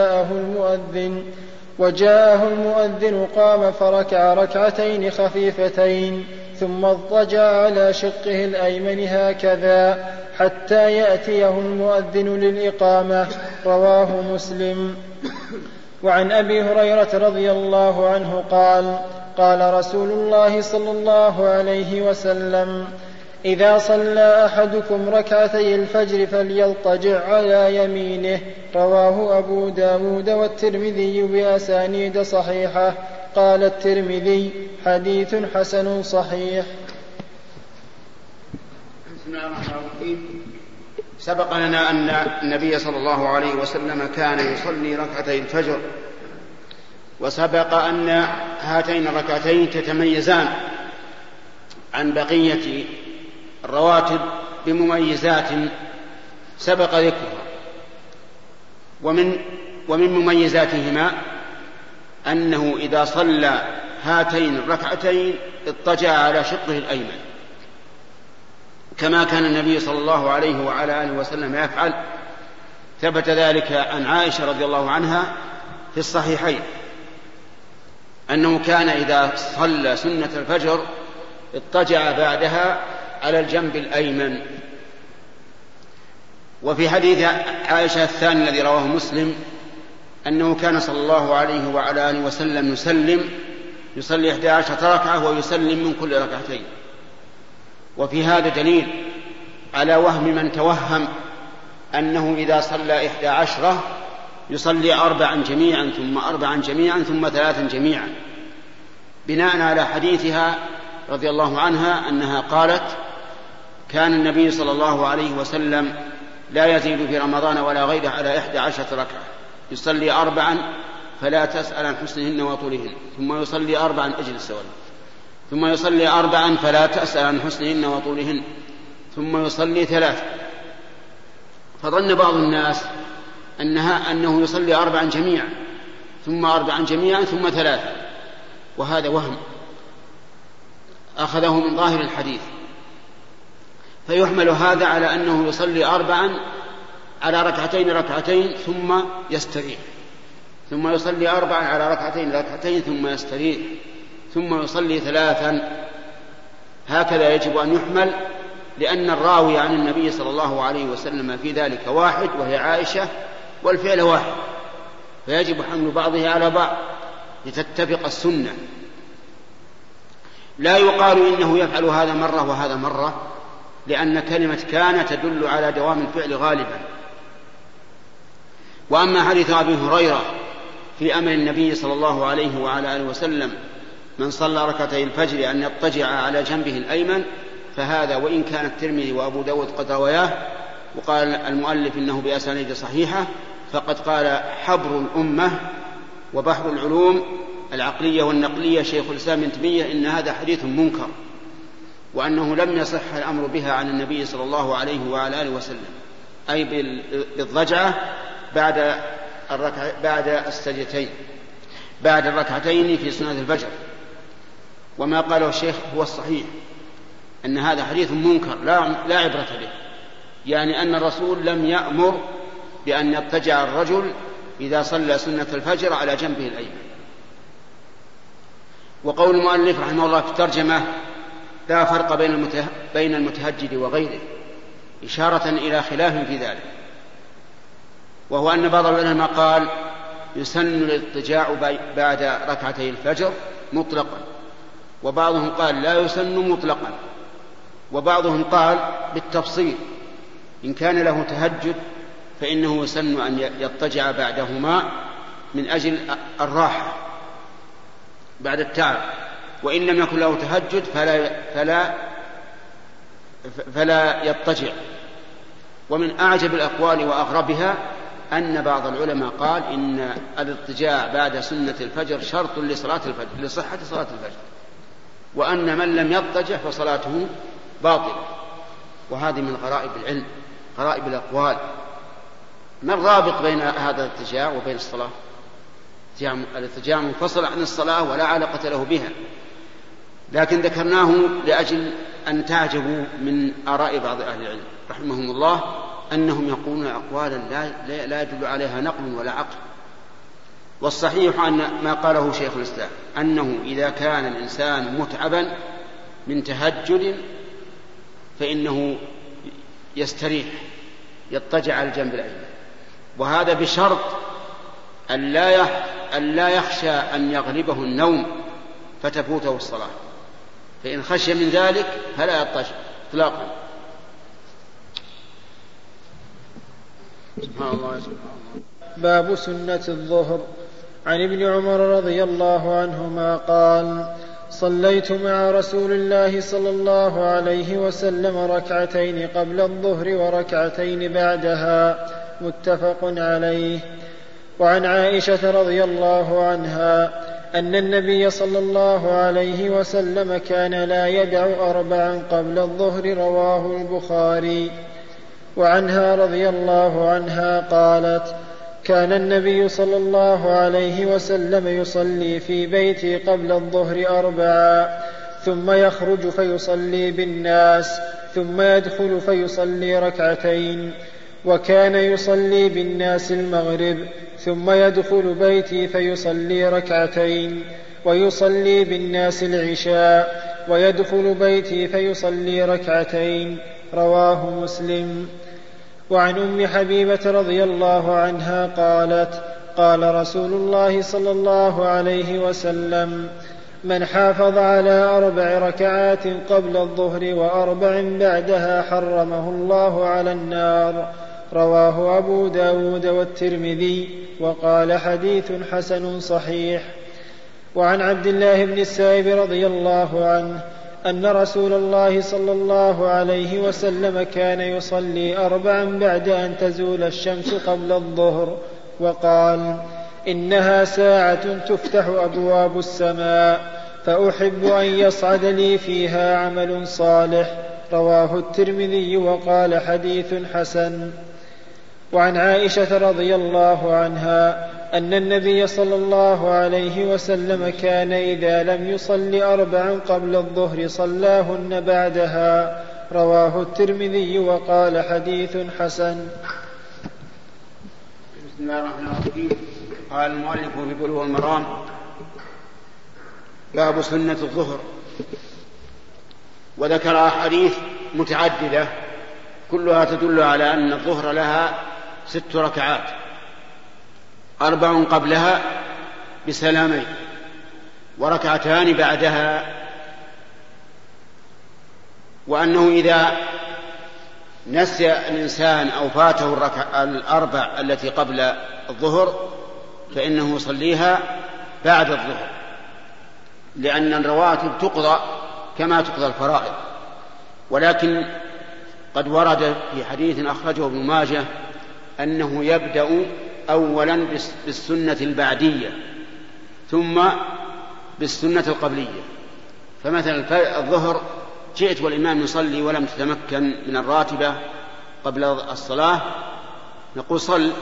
وجاءه المؤذن قام فركع ركعتين خفيفتين ثم اضطجع على شقه الأيمن هكذا حتى يأتيه المؤذن للإقامة. رواه مسلم. وعن أبي هريرة رضي الله عنه قال: قال رسول الله صلى الله عليه وسلم: إذا صلى أحدكم ركعتي الفجر فليضطجع على يمينه. رواه أبو داود والترمذي بأسانيد صحيحة. قال الترمذي: حديث حسن صحيح. بسم الله الرحمن الرحيم. سبق لنا أن النبي صلى الله عليه وسلم كان يصلي ركعتي الفجر، وسبق أن هاتين الركعتين تتميزان عن بقية الرواتب بمميزات سبق ذكرها. ومن مميزاتهما أنه إذا صلى هاتين الركعتين اضطجع على شقه الأيمن، كما كان النبي صلى الله عليه وعلى آله وسلم يفعل. ثبت ذلك عن عائشة رضي الله عنها في الصحيحين أنه كان إذا صلى سنة الفجر اضطجع بعدها على الجنب الأيمن. وفي حديث عائشة الثاني الذي رواه مسلم أنه كان صلى الله عليه وعلى آله وسلم يصلي 11 ركعة ويسلم من كل ركعتين. وفي هذا دليل على وهم من توهم أنه إذا صلى 11 يصلي 4 جميعا ثم 4 جميعا ثم 3 جميعا، بناء على حديثها رضي الله عنها أنها قالت: كان النبي صلى الله عليه وسلم لا يزيد في رمضان ولا غيره على 11 ركعة، يصلي 4 فلا تسأل عن حسنهن وطولهن، ثم يصلي 4 أجلس سوالف، ثم يصلي 4 فلا تسأل عن حسنهن وطولهن، ثم يصلي 3. فظن بعض الناس أنه يصلي 4 جميعا ثم 4 جميعا ثم 3، وهذا وهم أخذه من ظاهر الحديث. فيحمل هذا على أنه يصلي 4 على ركعتين ثم يستريح، ثم يصلي 4 على ركعتين ثم يستريح، ثم يصلي 3. هكذا يجب أن يحمل، لأن الراوي عن النبي صلى الله عليه وسلم في ذلك واحد وهي عائشة، والفعل واحد، فيجب حمل بعضه على بعض لتتفق السنة. لا يقال إنه يفعل هذا مرة وهذا مرة، لأن كلمة كان تدل على دوام الفعل غالبا. وأما حديث أبي هريرة في أمر النبي صلى الله عليه وعلى آله وسلم من صلى ركعتي الفجر أن يضطجع على جنبه الأيمن، فهذا وإن كان الترمذي وأبو داود قد روياه، وقال المؤلف إنه بأسانيد صحيحة، فقد قال حبر الأمة وبحر العلوم العقلية والنقلية شيخ الإسلام ابن تيمية إن هذا حديث منكر، وأنه لم يصح الأمر بها عن النبي صلى الله عليه وعلى آله وسلم، أي بالضجعة بعد السجدتين، بعد الركعتين في سنة الفجر. وما قاله الشيخ هو الصحيح، أن هذا حديث منكر لا عبرة به، يعني أن الرسول لم يأمر بأن يضطجع الرجل إذا صلى سنة الفجر على جنبه الأيمن. وقول المؤلف رحمه الله في الترجمة: لا فرق بين المتهجد وغيره، إشارة إلى خلاف في ذلك، وهو أن بعض العلماء قال يسن الاضطجاع بعد ركعتي الفجر مطلقا، وبعضهم قال لا يسن مطلقا، وبعضهم قال بالتفصيل: إن كان له تهجد فإنه يسن أن يضطجع بعدهما من أجل الراحة بعد التعب، وإن لم يكن له تهجد فلا يضطجع. ومن أعجب الأقوال وأغربها أن بعض العلماء قال إن الاضطجاع بعد سنة الفجر شرط لصحة صلاة الفجر، وأن من لم يضطجع فصلاته باطلة. وهذه من غرائب العلم، غرائب الأقوال. ما الرابط بين هذا الاضطجاع وبين الصلاة؟ الاضطجاع منفصل عن الصلاة ولا علاقة له بها، لكن ذكرناه لأجل أن تعجبوا من آراء بعض أهل العلم رحمهم الله أنهم يقولون أقوالا لا يدل عليها نقل ولا عقل. والصحيح أن ما قاله شيخ الإسلام أنه إذا كان الإنسان متعبا من تهجد فإنه يستريح يضطجع على الجنب الأيمن، وهذا بشرط أن لا يخشى أن يغلبه النوم فتفوته الصلاة، فإن خشي من ذلك فلا يضطجع اطلاقا. سبحان الله. باب سنة الظهر. عن ابن عمر رضي الله عنهما قال: صليت مع رسول الله صلى الله عليه وسلم ركعتين قبل الظهر وركعتين بعدها، متفق عليه. وعن عائشة رضي الله عنها أن النبي صلى الله عليه وسلم كان لا يدع 4 قبل الظهر، رواه البخاري. وعنها رضي الله عنها قالت: كان النبي صلى الله عليه وسلم يصلي في بيتي قبل الظهر 4 ثم يخرج فيصلي بالناس ثم يدخل فيصلي ركعتين، وكان يصلي بالناس المغرب ثم يدخل بيتي فيصلي ركعتين، ويصلي بالناس العشاء ويدخل بيتي فيصلي ركعتين، رواه مسلم. وعن أم حبيبة رضي الله عنها قالت: قال رسول الله صلى الله عليه وسلم: من حافظ على 4 ركعات قبل الظهر و4 بعدها حرمه الله على النار، رواه أبو داود والترمذي، وقال حديث حسن صحيح. وعن عبد الله بن السائب رضي الله عنه أن رسول الله صلى الله عليه وسلم كان يصلي 4 بعد أن تزول الشمس قبل الظهر، وقال: إنها ساعة تفتح أبواب السماء فأحب أن يصعد لي فيها عمل صالح، رواه الترمذي، وقال حديث حسن. وعن عائشة رضي الله عنها أن النبي صلى الله عليه وسلم كان إذا لم يصل 4 قبل الظهر صلاهن بعدها، رواه الترمذي، وقال حديث حسن. بسم الله الرحمن الرحيم. قال المؤلف في بلوغ المرام: باب سنة الظهر. وذكر أحاديث متعددة كلها تدل على أن الظهر لها 6 ركعات، 4 قبلها بسلامين، وركعتان بعدها، وأنه إذا نسي الإنسان أو فاته 4 التي قبل الظهر فإنه يصليها بعد الظهر، لأن الرواتب تقضى كما تقضى الفرائض. ولكن قد ورد في حديث أخرجه ابن ماجه أنه يبدأ أولا بالسنة البعدية ثم بالسنة القبلية. فمثلا الظهر جئت والإمام يصلي ولم تتمكن من الراتبة قبل الصلاة، نقول صل،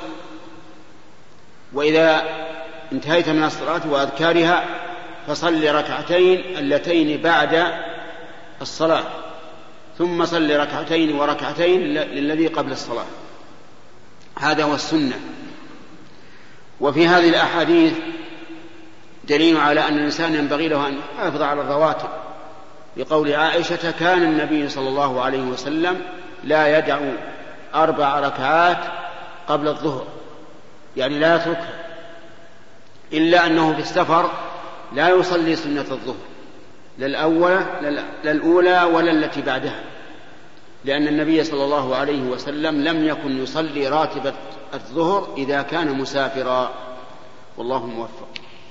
وإذا انتهيت من الصلاة وأذكارها فصل ركعتين اللتين بعد الصلاة، ثم صل ركعتين وركعتين للذي قبل الصلاة. هذا هو السنة. وفي هذه الأحاديث دليل على أن الإنسان ينبغي له أن يحافظ على الرواتب، لقول عائشة: كان النبي صلى الله عليه وسلم لا يدع 4 ركعات قبل الظهر، يعني لا يتركها، إلا أنه في السفر لا يصلي سنة الظهر لا الأولى ولا التي بعدها، لأن النبي صلى الله عليه وسلم لم يكن يصلي راتبة الظهر إذا كان مسافرا، والله موفق.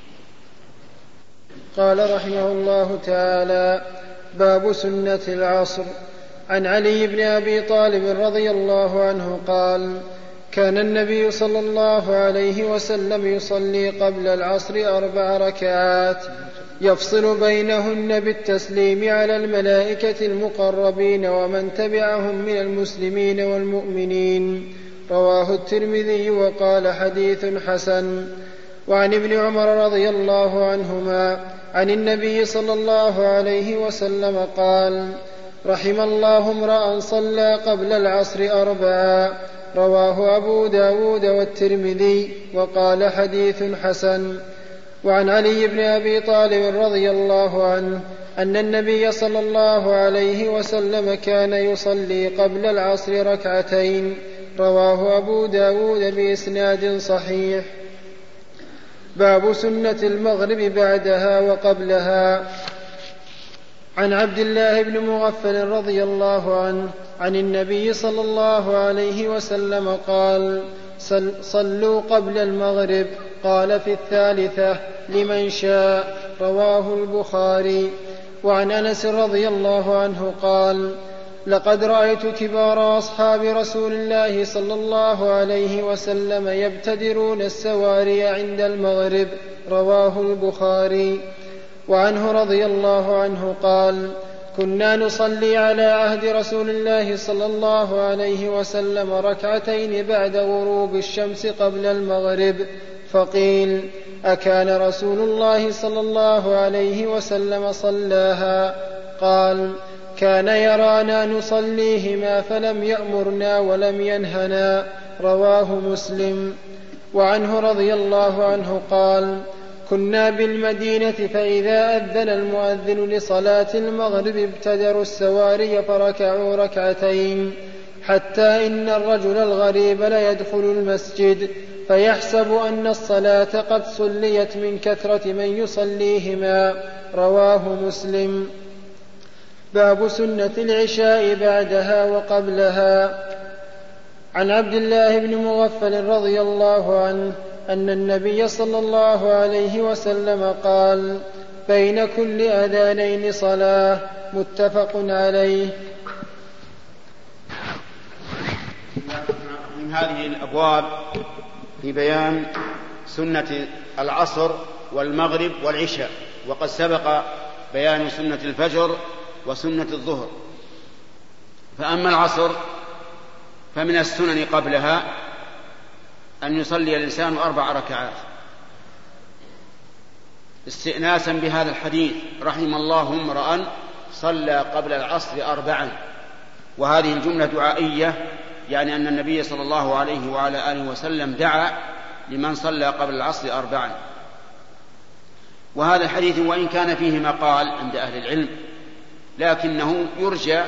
قال رحمه الله تعالى: باب سنة العصر. عن علي بن أبي طالب رضي الله عنه قال: كان النبي صلى الله عليه وسلم يصلي قبل العصر 4 ركعات يفصل بينهن بالتسليم على الملائكة المقربين ومن تبعهم من المسلمين والمؤمنين، رواه الترمذي، وقال حديث حسن. وعن ابن عمر رضي الله عنهما عن النبي صلى الله عليه وسلم قال: رحم الله امرأ صلى قبل العصر 4. رواه أبو داود والترمذي وقال حديث حسن. وعن علي بن أبي طالب رضي الله عنه أن النبي صلى الله عليه وسلم كان يصلي قبل العصر 2. رواه أبو داود بإسناد صحيح. باب سنة المغرب بعدها وقبلها. عن عبد الله بن مغفل رضي الله عنه عن النبي صلى الله عليه وسلم قال: صلوا قبل المغرب. قال: في 3 لمن شاء. رواه البخاري. وعن أنس رضي الله عنه قال: لقد رأيت كبار أصحاب رسول الله صلى الله عليه وسلم يبتدرون السواري عند المغرب. رواه البخاري. وعنه رضي الله عنه قال: كنا نصلي على عهد رسول الله صلى الله عليه وسلم 2 بعد غروب الشمس قبل المغرب، فقيل: أكان رسول الله صلى الله عليه وسلم صلاها؟ قال: كان يرانا نصليهما فلم يأمرنا ولم ينهنا. رواه مسلم. وعنه رضي الله عنه قال: كنا بالمدينة فإذا أذن المؤذن لصلاة المغرب ابتدروا السواري فركعوا 2 حتى إن الرجل الغريب ليدخل المسجد فيحسب أن الصلاة قد صليت من كثرة من يصليهما. رواه مسلم. باب سنة العشاء بعدها وقبلها. عن عبد الله بن مغفل رضي الله عنه أن النبي صلى الله عليه وسلم قال: بين كل أذانين صلاة. متفق عليه. من هذه الأبواب في بيان سنة العصر والمغرب والعشاء، وقد سبق بيان سنة الفجر وسنة الظهر. فأما العصر فمن السنن قبلها أن يصلي الإنسان 4 ركعات استئناسا بهذا الحديث: رحم الله امرأ صلى قبل العصر 4. وهذه الجملة دعائية، يعني أن النبي صلى الله عليه وعلى آله وسلم دعا لمن صلى قبل العصر 4. وهذا الحديث وإن كان فيه مقال عند أهل العلم، لكنه يرجى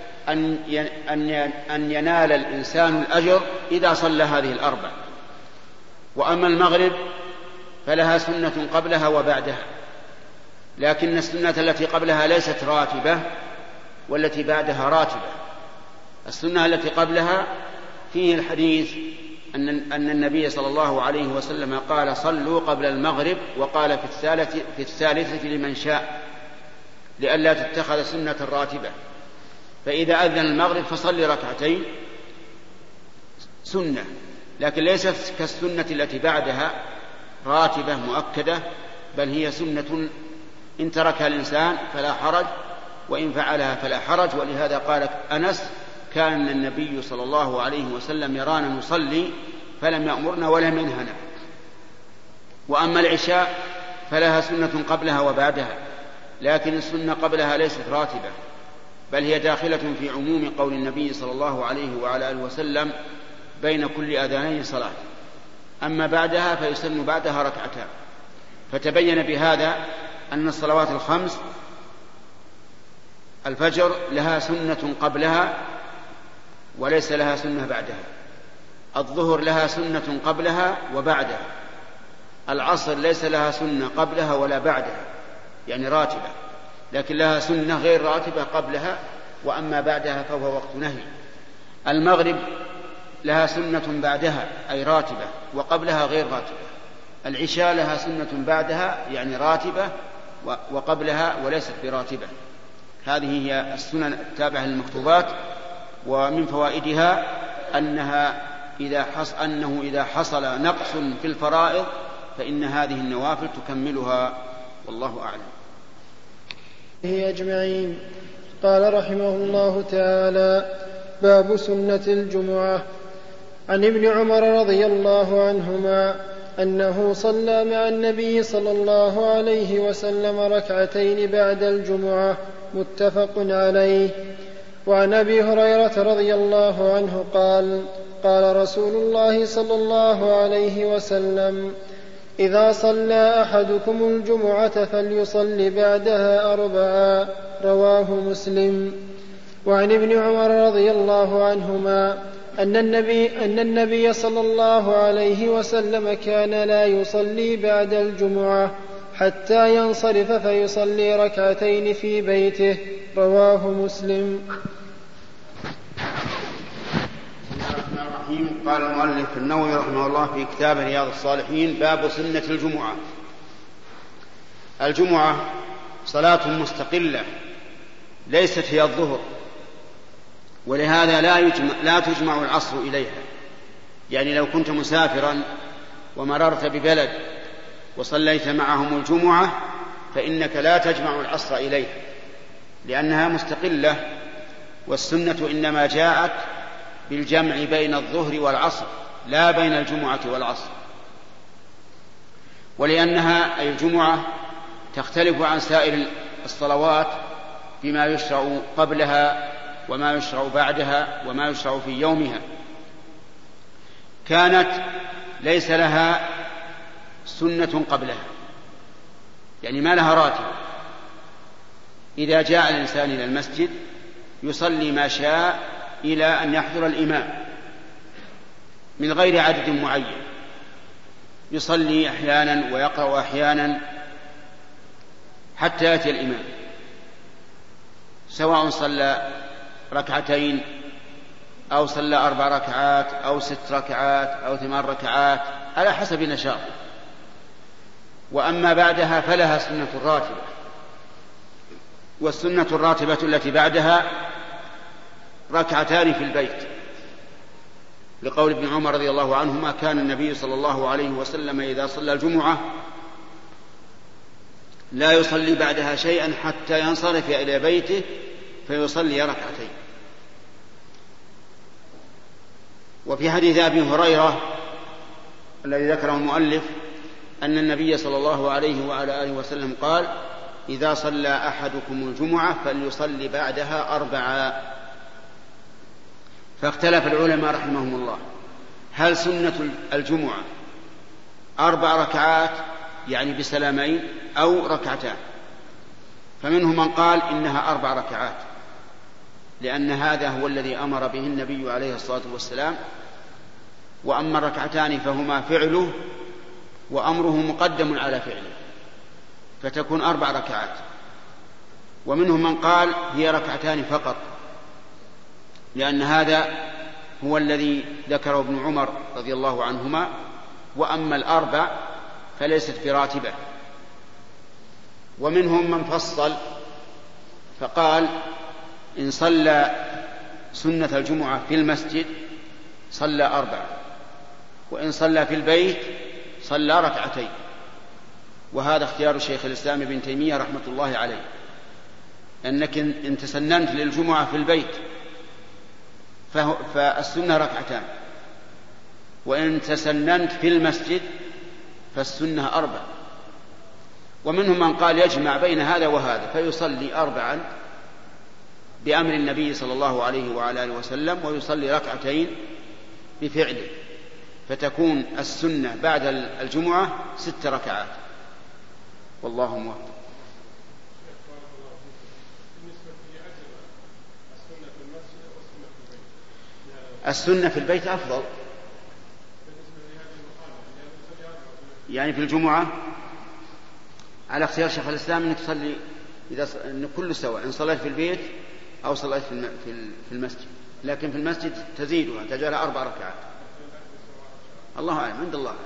أن ينال الإنسان الأجر إذا صلى هذه 4. وأما المغرب فلها سنة قبلها وبعدها، لكن السنة التي قبلها ليست راتبة والتي بعدها راتبة. السنة التي قبلها فيه الحديث أن النبي صلى الله عليه وسلم قال: صلوا قبل المغرب، وقال في الثالثة لمن شاء، لئلا تتخذ سنة راتبة. فإذا أذن المغرب فصل 2 سنة، لكن ليست كالسنة التي بعدها راتبة مؤكدة، بل هي سنة إن تركها الإنسان فلا حرج، وإن فعلها فلا حرج. ولهذا قال أنس: كان النبي صلى الله عليه وسلم يرانا نصلي فلم يأمرنا ولم ينهنا. وأما العشاء فلها سنة قبلها وبعدها، لكن السنة قبلها ليست راتبة، بل هي داخلة في عموم قول النبي صلى الله عليه وعلى آله وسلم: بين كل أذانين صلاة. أما بعدها فيسن بعدها 2. فتبين بهذا أن الصلوات ال5 الفجر لها سنة قبلها وليس لها سنة بعدها، الظهر لها سنة قبلها وبعدها، العصر ليس لها سنة قبلها ولا بعدها يعني راتبة، لكن لها سنة غير راتبة قبلها، وأما بعدها فهو وقت نهي. المغرب لها سنة بعدها أي راتبة، وقبلها غير راتبة. العشاء لها سنة بعدها يعني راتبة وقبلها وليست براتبة. هذه هي السنن التابعة للمكتوبات. ومن فوائدها أنه إذا حصل نقص في الفرائض فإن هذه النوافل تكملها، والله أعلم. أجمعين. قال رحمه الله تعالى: باب سنة الجمعة. عن ابن عمر رضي الله عنهما أنه صلى مع النبي صلى الله عليه وسلم ركعتين بعد الجمعة، متفق عليه. وعن أبي هريرة رضي الله عنه قال: قال رسول الله صلى الله عليه وسلم: إذا صلى أحدكم الجمعة فليصل بعدها 4. رواه مسلم. وعن ابن عمر رضي الله عنهما أن النبي صلى الله عليه وسلم كان لا يصلي بعد الجمعة حتى ينصرف فيصلي ركعتين في بيته. رواه مسلم. قال المؤلف النووي رحمه الله في كتاب رياض الصالحين: باب سنة الجمعة. الجمعة صلاة مستقلة ليست هي الظهر، ولهذا لا تجمع العصر إليها. يعني لو كنت مسافرا ومررت ببلد وصليت معهم الجمعة فإنك لا تجمع العصر إليها لأنها مستقلة، والسنة إنما جاءت بالجمع بين الظهر والعصر لا بين الجمعة والعصر، ولأنها أي الجمعة تختلف عن سائر الصلوات بما يشرع قبلها وما يشرع بعدها وما يشرع في يومها. كانت ليس لها سنة قبلها، يعني ما لها راتب. إذا جاء الإنسان إلى المسجد يصلي ما شاء إلى أن يحضر الإمام من غير عدد معين، يصلي أحيانا ويقرأ أحيانا حتى يأتي الإمام، سواء صلى ركعتين أو صلى 4 ركعات أو 6 ركعات أو 8 ركعات على حسب نشاطه. وأما بعدها فلها سنة راتبة، والسنة الراتبة التي بعدها ركعتان في البيت، لقول ابن عمر رضي الله عنهما: كان النبي صلى الله عليه وسلم إذا صلى الجمعة لا يصلي بعدها شيئا حتى ينصرف إلى بيته فيصلي ركعتين. وفي حديث أبي هريرة الذي ذكره المؤلف أن النبي صلى الله عليه وعلى آله وسلم قال: إذا صلى أحدكم الجمعة فليصلي بعدها 4. فاختلف العلماء رحمهم الله: هل سنة الجمعة 4 ركعات يعني بسلامين أو ركعتان؟ فمنهم من قال إنها 4 ركعات، لأن هذا هو الذي أمر به النبي عليه الصلاة والسلام، وأما الركعتان فهما فعله وأمره مقدم على فعله، فتكون 4 ركعات. ومنهم من قال هي ركعتان فقط، لأن هذا هو الذي ذكره ابن عمر رضي الله عنهما، وأما 4 فليست براتبة. ومنهم من فصل فقال: إن صلى سنة الجمعة في المسجد صلى 4، وإن صلى في البيت صلى ركعتين. وهذا اختيار الشيخ الإسلام ابن تيمية رحمة الله عليه، أنك إن تسننت للجمعة في البيت فالسنة ركعتان، وإن تسننت في المسجد فالسنة 4. ومنهم من قال يجمع بين هذا وهذا فيصلي 4 بأمر النبي صلى الله عليه وعلى آله وسلم، ويصلي ركعتين بفعله، فتكون السنة بعد الجمعة 6 ركعات. والله موفق. السنة في البيت أفضل، يعني في الجمعة على اختيار شيخ الإسلام أنك تصلي إن كله سواء، إن صليت في البيت أو صليت في المسجد، لكن في المسجد تزيدها تجعلها 4 ركعات. الله أعلم، عند الله.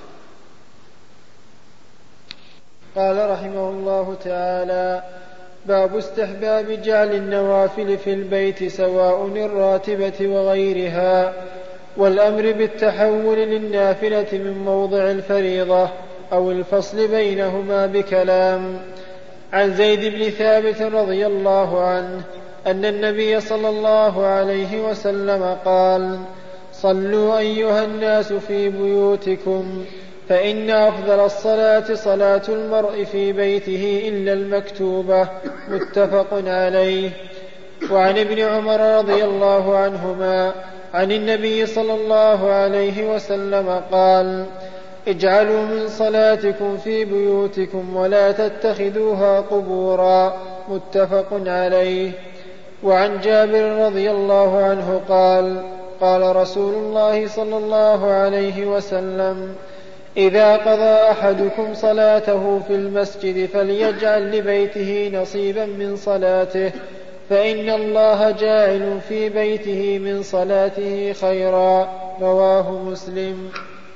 قال رحمه الله تعالى: باب استحباب جعل النوافل في البيت سواء الراتبة وغيرها، والأمر بالتحول للنافلة من موضع الفريضة أو الفصل بينهما بكلام. عن زيد بن ثابت رضي الله عنه أن النبي صلى الله عليه وسلم قال: صلوا أيها الناس في بيوتكم، فإن أفضل الصلاة صلاة المرء في بيته إلا المكتوبة. متفق عليه. وعن ابن عمر رضي الله عنهما عن النبي صلى الله عليه وسلم قال: اجعلوا من صلاتكم في بيوتكم ولا تتخذوها قبورا. متفق عليه. وعن جابر رضي الله عنه قال: قال رسول الله صلى الله عليه وسلم: إذا قضى أحدكم صلاته في المسجد فليجعل لبيته نصيبا من صلاته، فإن الله جاعل في بيته من صلاته خيرا. رواه مسلم.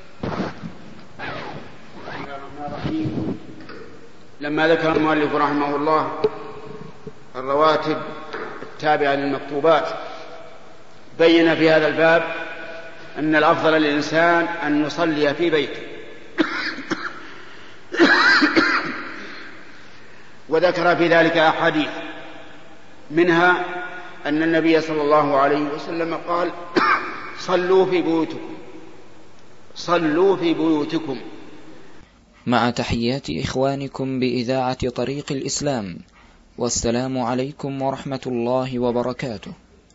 لما ذكر المؤلف رحمه الله الرواتب التابعة للمكتوبات، بين في هذا الباب أن الأفضل للإنسان أن يصلي في بيته، وذكر في ذلك أحاديث، منها أن النبي صلى الله عليه وسلم قال: صلوا في بيوتكم، صلوا في بيوتكم. مع تحيات إخوانكم بإذاعة طريق الإسلام، والسلام عليكم ورحمة الله وبركاته.